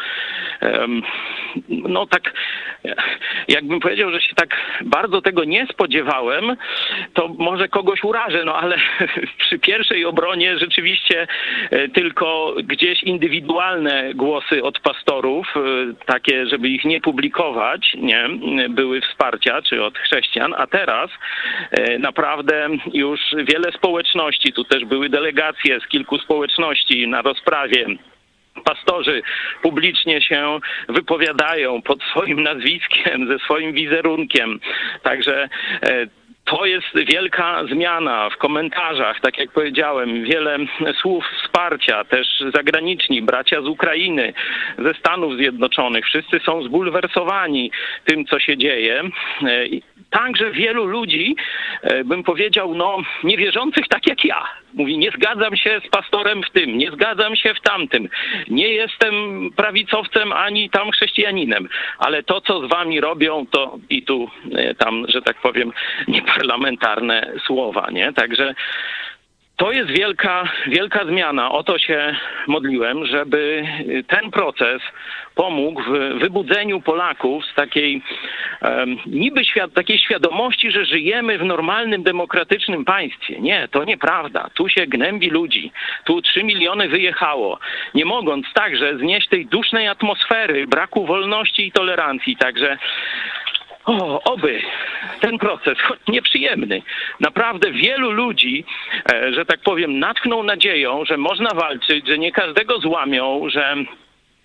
no tak, jakbym powiedział, że się tak bardzo tego nie spodziewałem, to może kogoś urażę, no ale przy pierwszej obronie rzeczywiście tylko gdzieś indywidualne głosy od pastorów, takie, żeby ich nie publikować, nie, były wsparcia, czy od chrześcijan, a teraz naprawdę już wiele społeczności, tu też były delegacje z kilku społeczności na rozprawie. Pastorzy publicznie się wypowiadają pod swoim nazwiskiem, ze swoim wizerunkiem. Także to jest wielka zmiana w komentarzach, tak jak powiedziałem, wiele słów wsparcia, też zagraniczni, bracia z Ukrainy, ze Stanów Zjednoczonych, wszyscy są zbulwersowani tym, co się dzieje. Także wielu ludzi, bym powiedział, no niewierzących tak jak ja. Mówi, nie zgadzam się z pastorem w tym, nie zgadzam się w tamtym, nie jestem prawicowcem ani tam chrześcijaninem, ale to, co z wami robią, to i tu tam, że tak powiem, nieparlamentarne słowa, nie? Także to jest wielka, wielka zmiana. O to się modliłem, żeby ten proces pomógł w wybudzeniu Polaków z takiej um, niby świad takiej świadomości, że żyjemy w normalnym, demokratycznym państwie. Nie, to nieprawda. Tu się gnębi ludzi. Tu trzy miliony wyjechało, nie mogąc także znieść tej dusznej atmosfery, braku wolności i tolerancji. Także O, oby ten proces, choć nieprzyjemny, naprawdę wielu ludzi, że tak powiem, natchnął nadzieją, że można walczyć, że nie każdego złamią, że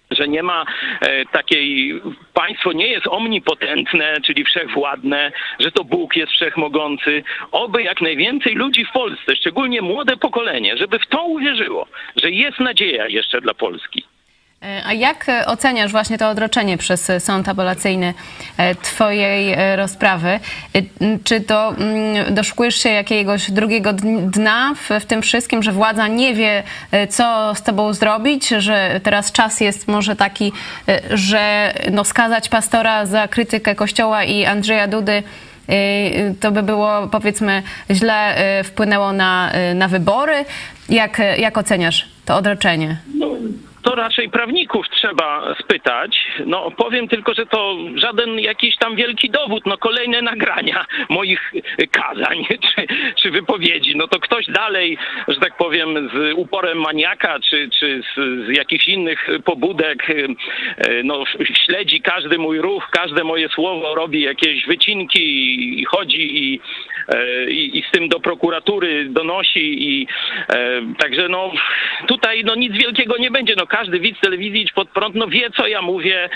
że nie ma e, takiej, państwo nie jest omnipotentne, czyli wszechwładne, że to Bóg jest wszechmogący. Oby jak najwięcej ludzi w Polsce, szczególnie młode pokolenie, żeby w to uwierzyło, że jest nadzieja jeszcze dla Polski. A jak oceniasz właśnie to odroczenie przez sąd apelacyjny twojej rozprawy? Czy to doszukujesz się jakiegoś drugiego dna w, w tym wszystkim, że władza nie wie, co z tobą zrobić, że teraz czas jest może taki, że no skazać pastora za krytykę Kościoła i Andrzeja Dudy to by było, powiedzmy, źle wpłynęło na, na wybory? Jak, jak oceniasz to odroczenie? No. To raczej prawników trzeba spytać. No powiem tylko, że to żaden jakiś tam wielki dowód. No kolejne nagrania moich kazań czy, czy wypowiedzi. No to ktoś dalej, że tak powiem, z uporem maniaka czy, czy z, z jakichś innych pobudek no śledzi każdy mój ruch, każde moje słowo, robi jakieś wycinki i, i chodzi i, i, i z tym do prokuratury donosi i e, także no tutaj no nic wielkiego nie będzie. No każdy widz telewizji Idź Pod Prąd no wie, co ja mówię,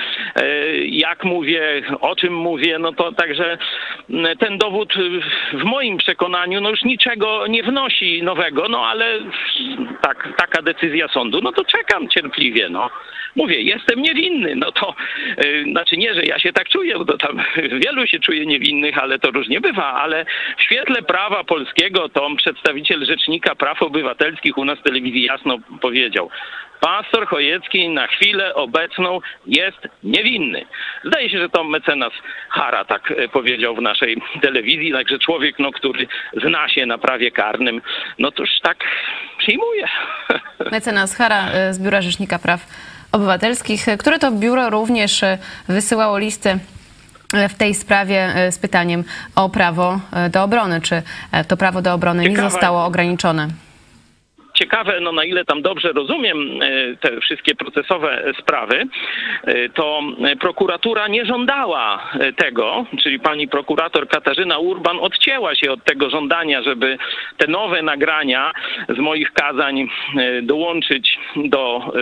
jak mówię, o czym mówię, no to także ten dowód w moim przekonaniu no już niczego nie wnosi nowego, no ale tak, taka decyzja sądu, no to czekam cierpliwie, no. Mówię, jestem niewinny, no to yy, znaczy nie, że ja się tak czuję, bo tam wielu się czuje niewinnych, ale to różnie bywa, ale w świetle prawa polskiego to przedstawiciel Rzecznika Praw Obywatelskich u nas w telewizji jasno powiedział: pastor Chojecki na chwilę obecną jest niewinny. Zdaje się, że to mecenas Hara tak powiedział w naszej telewizji, także człowiek, no, który zna się na prawie karnym, no toż tak przyjmuje. Mecenas Hara z Biura Rzecznika Praw Obywatelskich, które to biuro również wysyłało listy w tej sprawie z pytaniem o prawo do obrony. Czy to prawo do obrony Ciekawe. nie zostało ograniczone? Ciekawe, no na ile tam dobrze rozumiem te wszystkie procesowe sprawy, to prokuratura nie żądała tego, czyli pani prokurator Katarzyna Urban odcięła się od tego żądania, żeby te nowe nagrania z moich kazań dołączyć do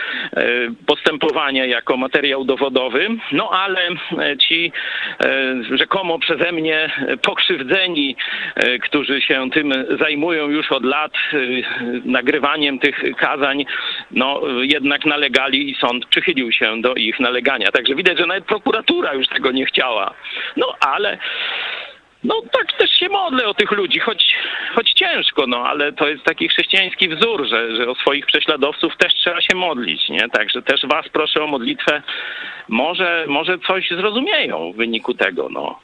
postępowania jako materiał dowodowy, no ale ci rzekomo przeze mnie pokrzywdzeni, którzy się tym zajmują już od lat, nagrywaniem tych kazań, no jednak nalegali i sąd przychylił się do ich nalegania. Także widać, że nawet prokuratura już tego nie chciała. No ale no tak też się modlę o tych ludzi, choć, choć ciężko, no ale to jest taki chrześcijański wzór, że, że o swoich prześladowców też trzeba się modlić, nie? Także też was proszę o modlitwę. Może, może coś zrozumieją w wyniku tego, no.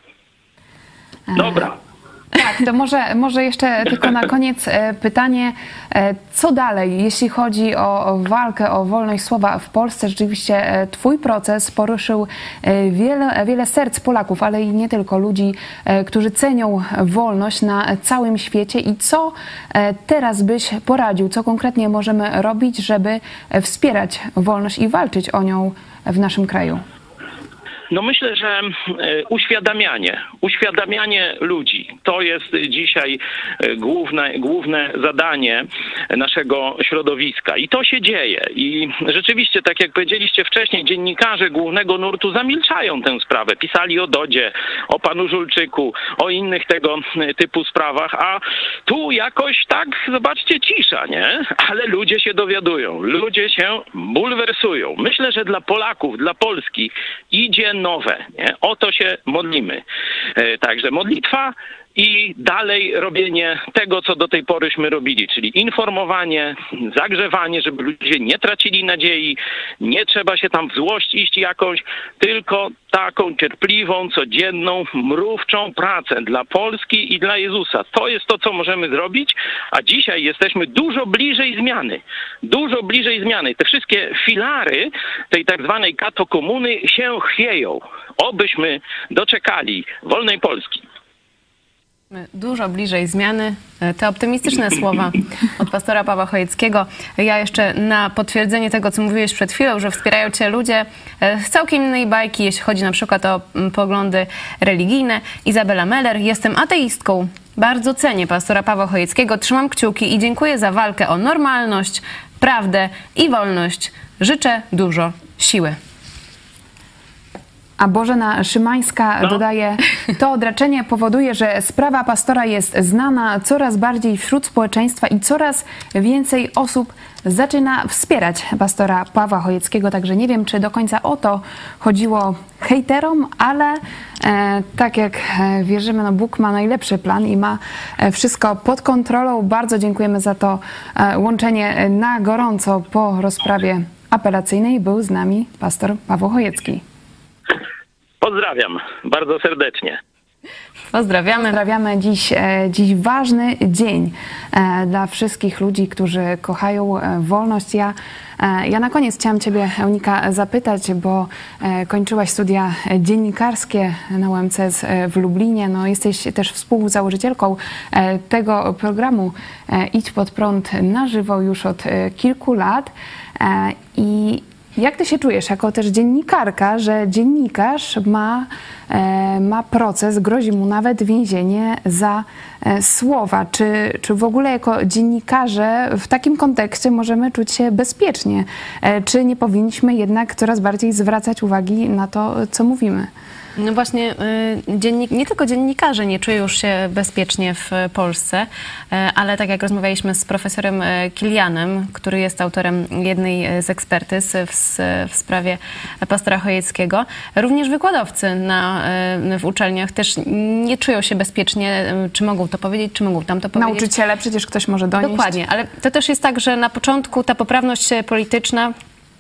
Dobra. Tak, to może, może jeszcze tylko na koniec pytanie, co dalej, jeśli chodzi o walkę o wolność słowa w Polsce? Rzeczywiście twój proces poruszył wiele, wiele serc Polaków, ale i nie tylko, ludzi, którzy cenią wolność na całym świecie. I co teraz byś poradził, co konkretnie możemy robić, żeby wspierać wolność i walczyć o nią w naszym kraju? No myślę, że uświadamianie, uświadamianie ludzi to jest dzisiaj główne, główne zadanie naszego środowiska i to się dzieje. I rzeczywiście, tak jak powiedzieliście wcześniej, dziennikarze głównego nurtu zamilczają tę sprawę. Pisali o Dodzie, o panu Żulczyku, o innych tego typu sprawach, a tu jakoś tak, zobaczcie, cisza, nie? Ale ludzie się dowiadują, ludzie się bulwersują. Myślę, że dla Polaków, dla Polski idzie nowe, nie? O to się modlimy. E, także modlitwa i dalej robienie tego, co do tej poryśmy robili, czyli informowanie, zagrzewanie, żeby ludzie nie tracili nadziei, nie trzeba się tam w złość iść jakąś, tylko taką cierpliwą, codzienną, mrówczą pracę dla Polski i dla Jezusa. To jest to, co możemy zrobić, a dzisiaj jesteśmy dużo bliżej zmiany. Dużo bliżej zmiany. Te wszystkie filary tej tak zwanej katokomuny się chwieją. Obyśmy doczekali wolnej Polski. Dużo bliżej zmiany. Te optymistyczne słowa od pastora Pawła Chojeckiego. Ja jeszcze na potwierdzenie tego, co mówiłeś przed chwilą, że wspierają cię ludzie z całkiem innej bajki, jeśli chodzi na przykład o poglądy religijne. Izabela Meller. Jestem ateistką. Bardzo cenię pastora Pawła Chojeckiego, trzymam kciuki i dziękuję za walkę o normalność, prawdę i wolność. Życzę dużo siły. A Bożena Szymańska No. dodaje, to odraczenie powoduje, że sprawa pastora jest znana coraz bardziej wśród społeczeństwa i coraz więcej osób zaczyna wspierać pastora Pawła Chojeckiego. Także nie wiem, czy do końca o to chodziło hejterom, ale e, tak jak e, wierzymy, no Bóg ma najlepszy plan i ma e, wszystko pod kontrolą. Bardzo dziękujemy za to e, łączenie na gorąco po rozprawie apelacyjnej. Był z nami pastor Paweł Chojecki. Pozdrawiam bardzo serdecznie. Pozdrawiamy. Pozdrawiamy. Dziś, e, dziś ważny dzień e, dla wszystkich ludzi, którzy kochają e, wolność. Ja, e, ja na koniec chciałam Ciebie, Eunika, zapytać, bo e, kończyłaś studia dziennikarskie na U M C S w Lublinie. No, jesteś też współzałożycielką e, tego programu e, Idź Pod Prąd na żywo już od e, kilku lat. E, I jak ty się czujesz jako też dziennikarka, że dziennikarz ma, e, ma proces, grozi mu nawet więzienie za e, słowa? Czy, czy w ogóle jako dziennikarze w takim kontekście możemy czuć się bezpiecznie? E, czy nie powinniśmy jednak coraz bardziej zwracać uwagi na to, co mówimy? No właśnie, dziennik, nie tylko dziennikarze nie czują już się bezpiecznie w Polsce, ale tak jak rozmawialiśmy z profesorem Kilianem, który jest autorem jednej z ekspertyz w, w sprawie pastora Chojeckiego, również wykładowcy na, w uczelniach też nie czują się bezpiecznie, czy mogą to powiedzieć, czy mogą tam to powiedzieć. Nauczyciele, przecież ktoś może donieść. Dokładnie, ale to też jest tak, że na początku ta poprawność polityczna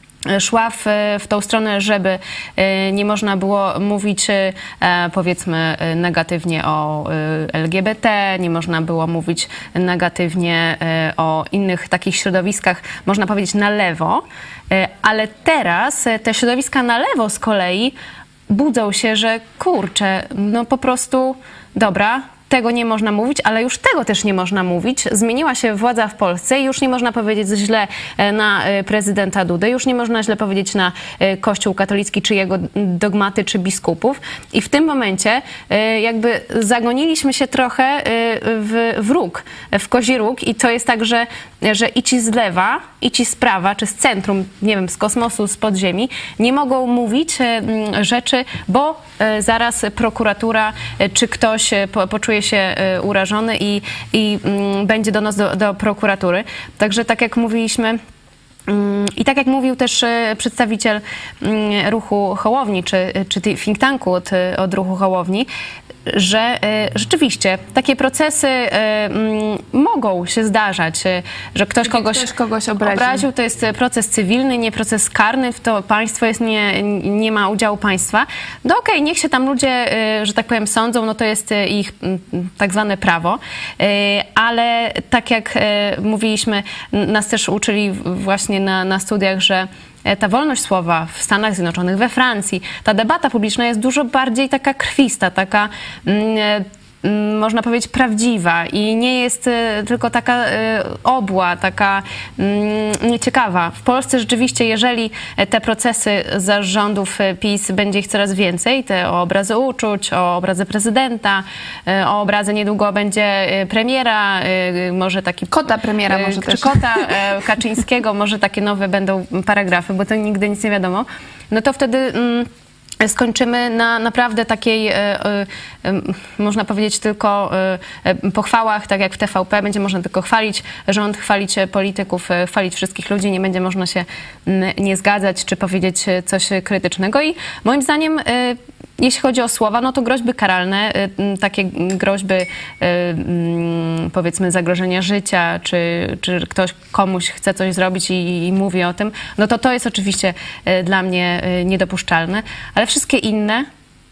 szła w, w tą stronę, żeby nie można było mówić, powiedzmy, negatywnie o L G B T, nie można było mówić negatywnie o innych takich środowiskach, można powiedzieć na lewo, ale teraz te środowiska na lewo z kolei budzą się, że kurczę, no po prostu dobra, tego nie można mówić, ale już tego też nie można mówić. Zmieniła się władza w Polsce i już nie można powiedzieć źle na prezydenta Dudę, już nie można źle powiedzieć na Kościół katolicki, czy jego dogmaty, czy biskupów. I w tym momencie jakby zagoniliśmy się trochę w, w róg, w kozi róg i to jest tak, że, że i ci z lewa, i ci z prawa, czy z centrum, nie wiem, z kosmosu, z podziemi, nie mogą mówić rzeczy, bo zaraz prokuratura, czy ktoś poczuje się urażony i, i będzie do nas do, do prokuratury. Także tak jak mówiliśmy, i tak jak mówił też przedstawiciel ruchu Hołowni, czy, czy think tanku od, od ruchu Hołowni, że rzeczywiście takie procesy mogą się zdarzać, że ktoś kogoś, ktoś kogoś obraził. obraził. To jest proces cywilny, nie proces karny, w to państwo jest, nie, nie ma udziału państwa. No okej, okay, niech się tam ludzie, że tak powiem, sądzą, no to jest ich tak zwane prawo, ale tak jak mówiliśmy, nas też uczyli właśnie na, na studiach, że ta wolność słowa w Stanach Zjednoczonych, we Francji, ta debata publiczna jest dużo bardziej taka krwista, taka mm, można powiedzieć prawdziwa i nie jest tylko taka obła, taka nieciekawa. W Polsce rzeczywiście, jeżeli te procesy zarządów PiS będzie ich coraz więcej, te o obrazy uczuć, o obrazy prezydenta, o obrazy niedługo będzie premiera, może taki... Kota premiera może czy też. kota Kaczyńskiego, może takie nowe będą paragrafy, bo to nigdy nic nie wiadomo. No to wtedy... Mm, skończymy na naprawdę takiej, e, e, można powiedzieć, tylko e, pochwałach, tak jak w T V P, będzie można tylko chwalić rząd, chwalić polityków, e, chwalić wszystkich ludzi, nie będzie można się m, nie zgadzać, czy powiedzieć coś krytycznego i moim zdaniem e, jeśli chodzi o słowa, no to groźby karalne, takie groźby, powiedzmy, zagrożenia życia, czy, czy ktoś komuś chce coś zrobić i, i mówi o tym, no to to jest oczywiście dla mnie niedopuszczalne, ale wszystkie inne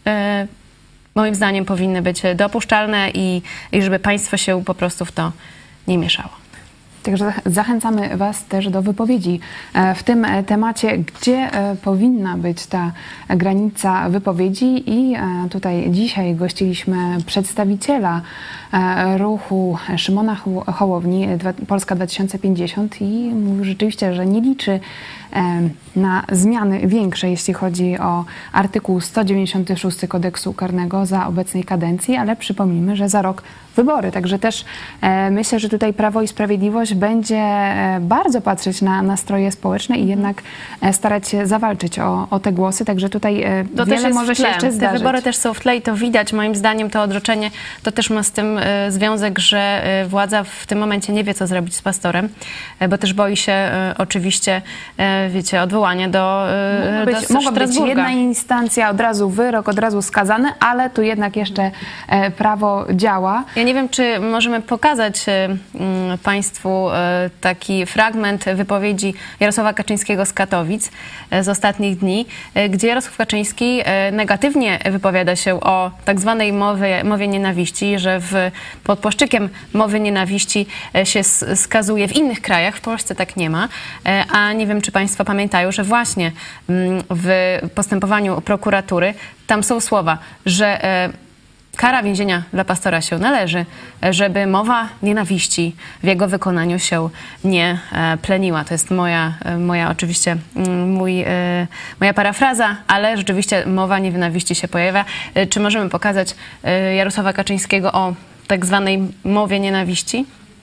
moim zdaniem powinny być dopuszczalne i, i żeby państwo się po prostu w to nie mieszało. Także zachęcamy Was też do wypowiedzi w tym temacie, gdzie powinna być ta granica wypowiedzi i tutaj dzisiaj gościliśmy przedstawiciela ruchu Szymona Hołowni Polska dwa tysiące pięćdziesiąt i mówił rzeczywiście, że nie liczy na zmiany większe, jeśli chodzi o artykuł sto dziewięćdziesiąty szósty Kodeksu Karnego za obecnej kadencji, ale przypomnijmy, że za rok wybory. Także też e, myślę, że tutaj Prawo i Sprawiedliwość będzie e, bardzo patrzeć na nastroje społeczne i jednak e, starać się zawalczyć o, o te głosy. Także tutaj e, to wiele też może się jeszcze zdarzyć. Te wybory też są w tle i to widać. Moim zdaniem to odroczenie to też ma z tym e, związek, że e, władza w tym momencie nie wie, co zrobić z pastorem, e, bo też boi się e, oczywiście, e, wiecie, odwołania do, e, Mogła być, do mogła być jedna instancja, od razu wyrok, od razu skazany, ale tu jednak jeszcze e, prawo działa. Ja nie wiem, czy możemy pokazać y, Państwu y, taki fragment wypowiedzi Jarosława Kaczyńskiego z Katowic y, z ostatnich dni, y, gdzie Jarosław Kaczyński y, negatywnie wypowiada się o tak zwanej mowie, mowie nienawiści, że w, pod płaszczykiem mowy nienawiści y, się skazuje w innych krajach, w Polsce tak nie ma, y, a nie wiem, czy Państwo pamiętają, że właśnie y, w postępowaniu prokuratury tam są słowa, że y, kara więzienia dla pastora się należy, żeby mowa nienawiści w jego wykonaniu się nie pleniła. To jest moja, moja oczywiście mój, moja parafraza, ale rzeczywiście mowa nienawiści się pojawia. Czy możemy pokazać Jarosława Kaczyńskiego o tak zwanej mowie nienawiści?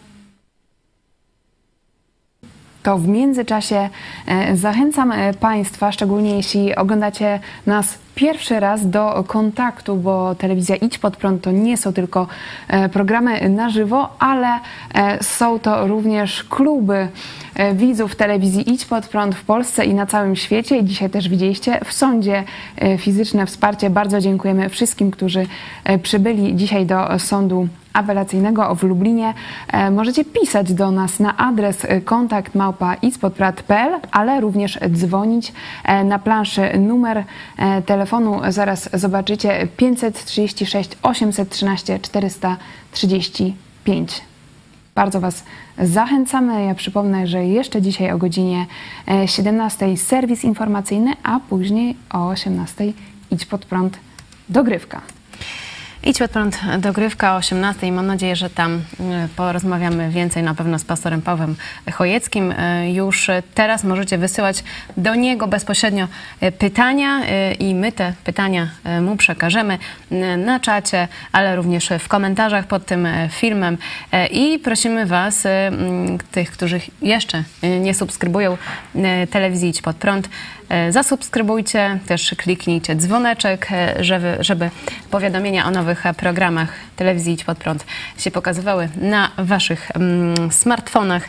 To w międzyczasie zachęcam Państwa, szczególnie jeśli oglądacie nas pierwszy raz, do kontaktu, bo telewizja Idź Pod Prąd to nie są tylko programy na żywo, ale są to również kluby widzów telewizji Idź Pod Prąd w Polsce i na całym świecie. I dzisiaj też widzieliście w sądzie fizyczne wsparcie. Bardzo dziękujemy wszystkim, którzy przybyli dzisiaj do sądu apelacyjnego w Lublinie. Możecie pisać do nas na adres kontakt małpa idźpodprad kropka p l, ale również dzwonić na planszy numer telefonu. Zaraz zobaczycie pięćset trzydzieści sześć osiemset trzynaście czterysta trzydzieści pięć. Bardzo Was zachęcamy. Ja przypomnę, że jeszcze dzisiaj o godzinie siedemnastej serwis informacyjny, a później o osiemnastej Idź Pod Prąd dogrywka. Idź Pod Prąd dogrywka o osiemnastej. Mam nadzieję, że tam porozmawiamy więcej na pewno z pastorem Pawłem Chojeckim. Już teraz możecie wysyłać do niego bezpośrednio pytania i my te pytania mu przekażemy na czacie, ale również w komentarzach pod tym filmem. I prosimy Was, tych, którzy jeszcze nie subskrybują telewizji Idź Pod Prąd, zasubskrybujcie, też kliknijcie dzwoneczek, żeby, żeby powiadomienia o nowych programach telewizji Idź Pod Prąd się pokazywały na Waszych mm, smartfonach.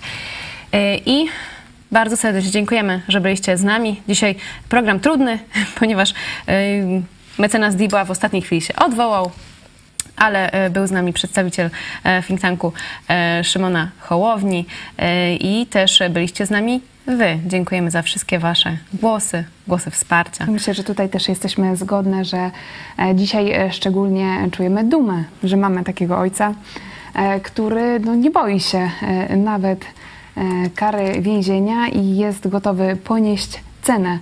I bardzo serdecznie dziękujemy, że byliście z nami. Dzisiaj program trudny, ponieważ mecenas Diba w ostatniej chwili się odwołał, ale był z nami przedstawiciel think tanku Szymona Hołowni i też byliście z nami Wy. Dziękujemy za wszystkie Wasze głosy, głosy wsparcia. Myślę, że tutaj też jesteśmy zgodne, że dzisiaj szczególnie czujemy dumę, że mamy takiego ojca, który no, nie boi się nawet kary więzienia i jest gotowy ponieść cenę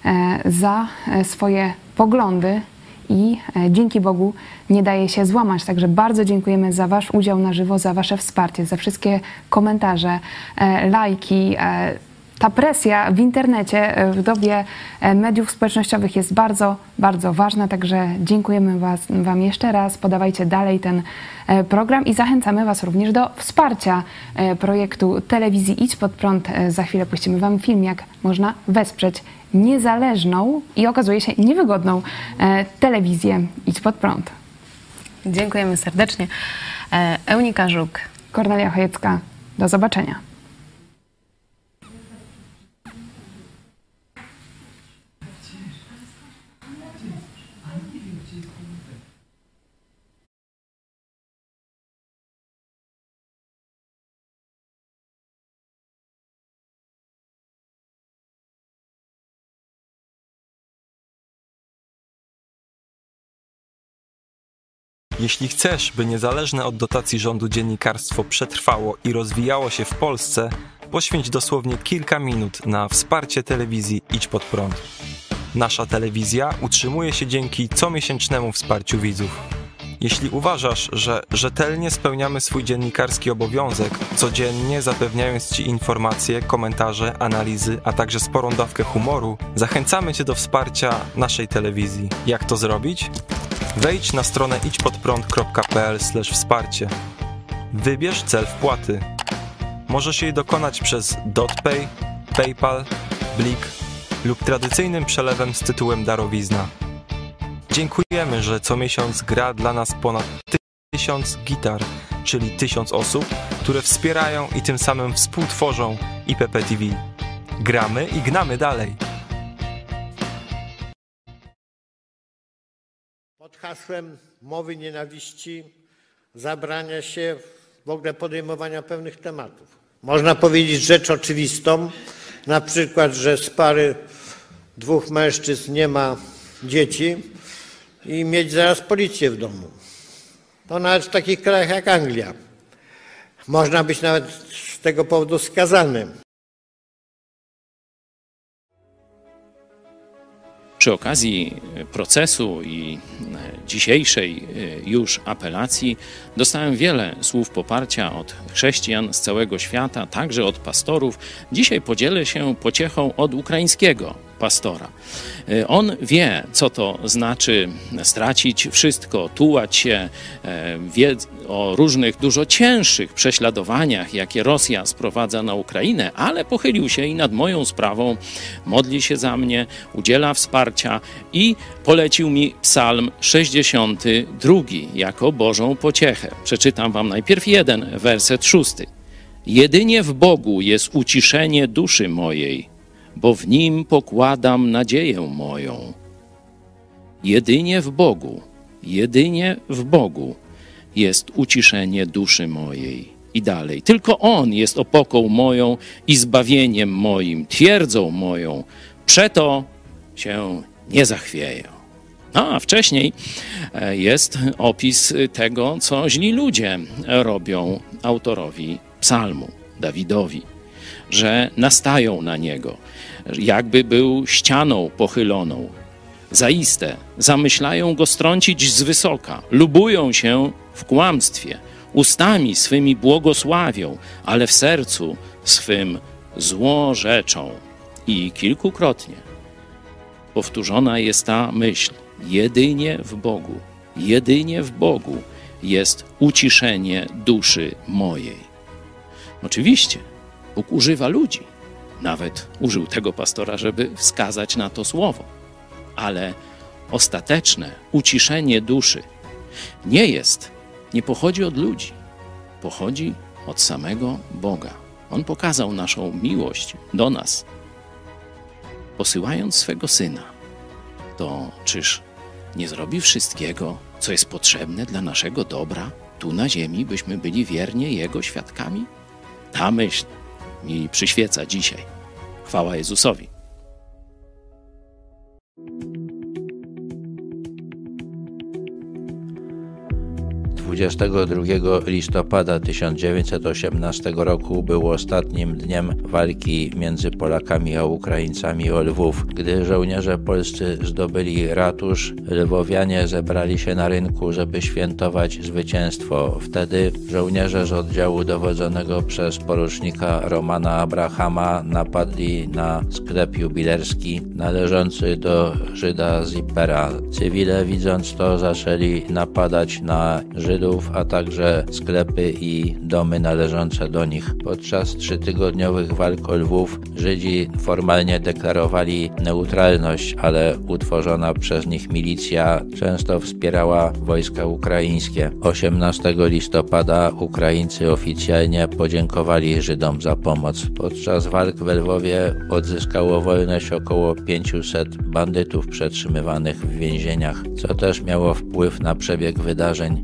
za swoje poglądy i dzięki Bogu nie daje się złamać. Także bardzo dziękujemy za Wasz udział na żywo, za Wasze wsparcie, za wszystkie komentarze, lajki. Ta presja w internecie, w dobie mediów społecznościowych jest bardzo, bardzo ważna, także dziękujemy was, Wam jeszcze raz. Podawajcie dalej ten program i zachęcamy Was również do wsparcia projektu telewizji Idź Pod Prąd. Za chwilę puścimy Wam film, jak można wesprzeć niezależną i okazuje się niewygodną telewizję Idź Pod Prąd. Dziękujemy serdecznie. Eunika Żuk. Kornelia Chojecka. Do zobaczenia. Jeśli chcesz, by niezależne od dotacji rządu dziennikarstwo przetrwało i rozwijało się w Polsce, poświęć dosłownie kilka minut na wsparcie telewizji Idź Pod Prąd. Nasza telewizja utrzymuje się dzięki comiesięcznemu wsparciu widzów. Jeśli uważasz, że rzetelnie spełniamy swój dziennikarski obowiązek, codziennie zapewniając Ci informacje, komentarze, analizy, a także sporą dawkę humoru, zachęcamy Cię do wsparcia naszej telewizji. Jak to zrobić? Wejdź na stronę idźpodprąd kropka p l slash wsparcie. Wybierz cel wpłaty. Możesz jej dokonać przez DotPay, PayPal, Blik lub tradycyjnym przelewem z tytułem darowizna. Dziękujemy, że co miesiąc gra dla nas ponad tysiąc gitar, czyli tysiąc osób, które wspierają i tym samym współtworzą I P P T V. Gramy i gnamy dalej. Pod hasłem mowy nienawiści zabrania się w ogóle podejmowania pewnych tematów. Można powiedzieć rzecz oczywistą, na przykład, że z pary dwóch mężczyzn nie ma dzieci i mieć zaraz policję w domu. To nawet w takich krajach jak Anglia. Można być nawet z tego powodu skazanym. Przy okazji procesu i dzisiejszej już apelacji dostałem wiele słów poparcia od chrześcijan z całego świata, także od pastorów. Dzisiaj podzielę się pociechą od ukraińskiego pastora. On wie, co to znaczy stracić wszystko, tułać się, wie o różnych dużo cięższych prześladowaniach, jakie Rosja sprowadza na Ukrainę, ale pochylił się i nad moją sprawą, modli się za mnie, udziela wsparcia i polecił mi Psalm sześćdziesiąty drugi jako Bożą pociechę. Przeczytam wam najpierw jeden, werset szósty. Jedynie w Bogu jest uciszenie duszy mojej, bo w Nim pokładam nadzieję moją. Jedynie w Bogu, jedynie w Bogu jest uciszenie duszy mojej. I dalej. Tylko On jest opoką moją i zbawieniem moim, twierdzą moją. Przeto się nie zachwieję. No, a wcześniej jest opis tego, co źli ludzie robią autorowi psalmu, Dawidowi, że nastają na niego, jakby był ścianą pochyloną. Zaiste zamyślają go strącić z wysoka, lubują się w kłamstwie, ustami swymi błogosławią, ale w sercu swym złorzeczą. I kilkukrotnie powtórzona jest ta myśl. Jedynie w Bogu, jedynie w Bogu jest uciszenie duszy mojej. Oczywiście Bóg używa ludzi. Nawet użył tego pastora, żeby wskazać na to słowo. Ale ostateczne uciszenie duszy nie jest, nie pochodzi od ludzi. Pochodzi od samego Boga. On pokazał naszą miłość do nas, posyłając swego Syna. To czyż nie zrobi wszystkiego, co jest potrzebne dla naszego dobra tu na ziemi, byśmy byli wiernie Jego świadkami? Ta myśl mi przyświeca dzisiaj. Chwała Jezusowi. dwudziestego drugiego listopada tysiąc dziewięćset osiemnastego roku był ostatnim dniem walki między Polakami a Ukraińcami o Lwów. Gdy żołnierze polscy zdobyli ratusz, lwowianie zebrali się na rynku, żeby świętować zwycięstwo. Wtedy żołnierze z oddziału dowodzonego przez porucznika Romana Abrahama napadli na sklep jubilerski należący do Żyda Zippera. Cywile, widząc to, zaczęli napadać na Żydów, a także sklepy i domy należące do nich. Podczas trzytygodniowych walk o Lwów Żydzi formalnie deklarowali neutralność, ale utworzona przez nich milicja często wspierała wojska ukraińskie. osiemnastego listopada Ukraińcy oficjalnie podziękowali Żydom za pomoc. Podczas walk we Lwowie odzyskało wolność około pięciuset bandytów przetrzymywanych w więzieniach, co też miało wpływ na przebieg wydarzeń. Pogrom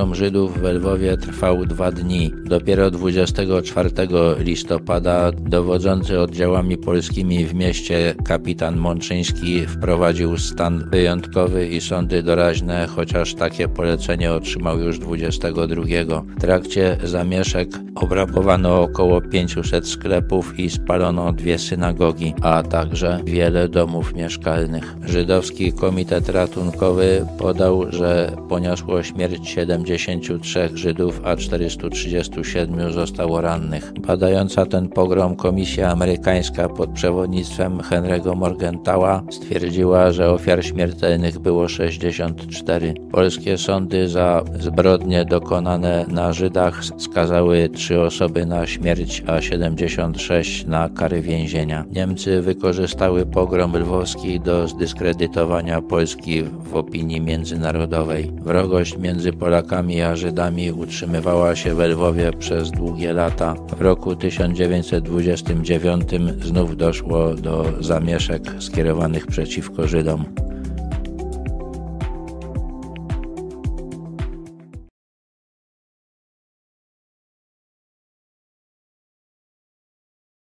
Pogrom Żydów we Lwowie trwał dwa dni. Dopiero dwudziestego czwartego listopada dowodzący oddziałami polskimi w mieście kapitan Mączyński wprowadził stan wyjątkowy i sądy doraźne, chociaż takie polecenie otrzymał już dwudziestego drugiego. W trakcie zamieszek obrabowano około pięciuset sklepów i spalono dwie synagogi, a także wiele domów mieszkalnych. Żydowski Komitet Ratunkowy podał, że poniosło śmierć siedemdziesięciu trzech Żydów, a czterystu trzydziestu siedmiu zostało rannych. Badająca ten pogrom komisja amerykańska pod przewodnictwem Henry'ego Morgentaua stwierdziła, że ofiar śmiertelnych było sześćdziesiąt cztery. Polskie sądy za zbrodnie dokonane na Żydach skazały trzy osoby na śmierć, a siedemdziesiąt sześć na kary więzienia. Niemcy wykorzystały pogrom lwowski do zdyskredytowania Polski w opinii międzynarodowej. Wrogość między Polakami a Żydami utrzymywała się we Lwowie przez długie lata. W roku tysiąc dziewięćset dwudziestym dziewiątym znów doszło do zamieszek skierowanych przeciwko Żydom.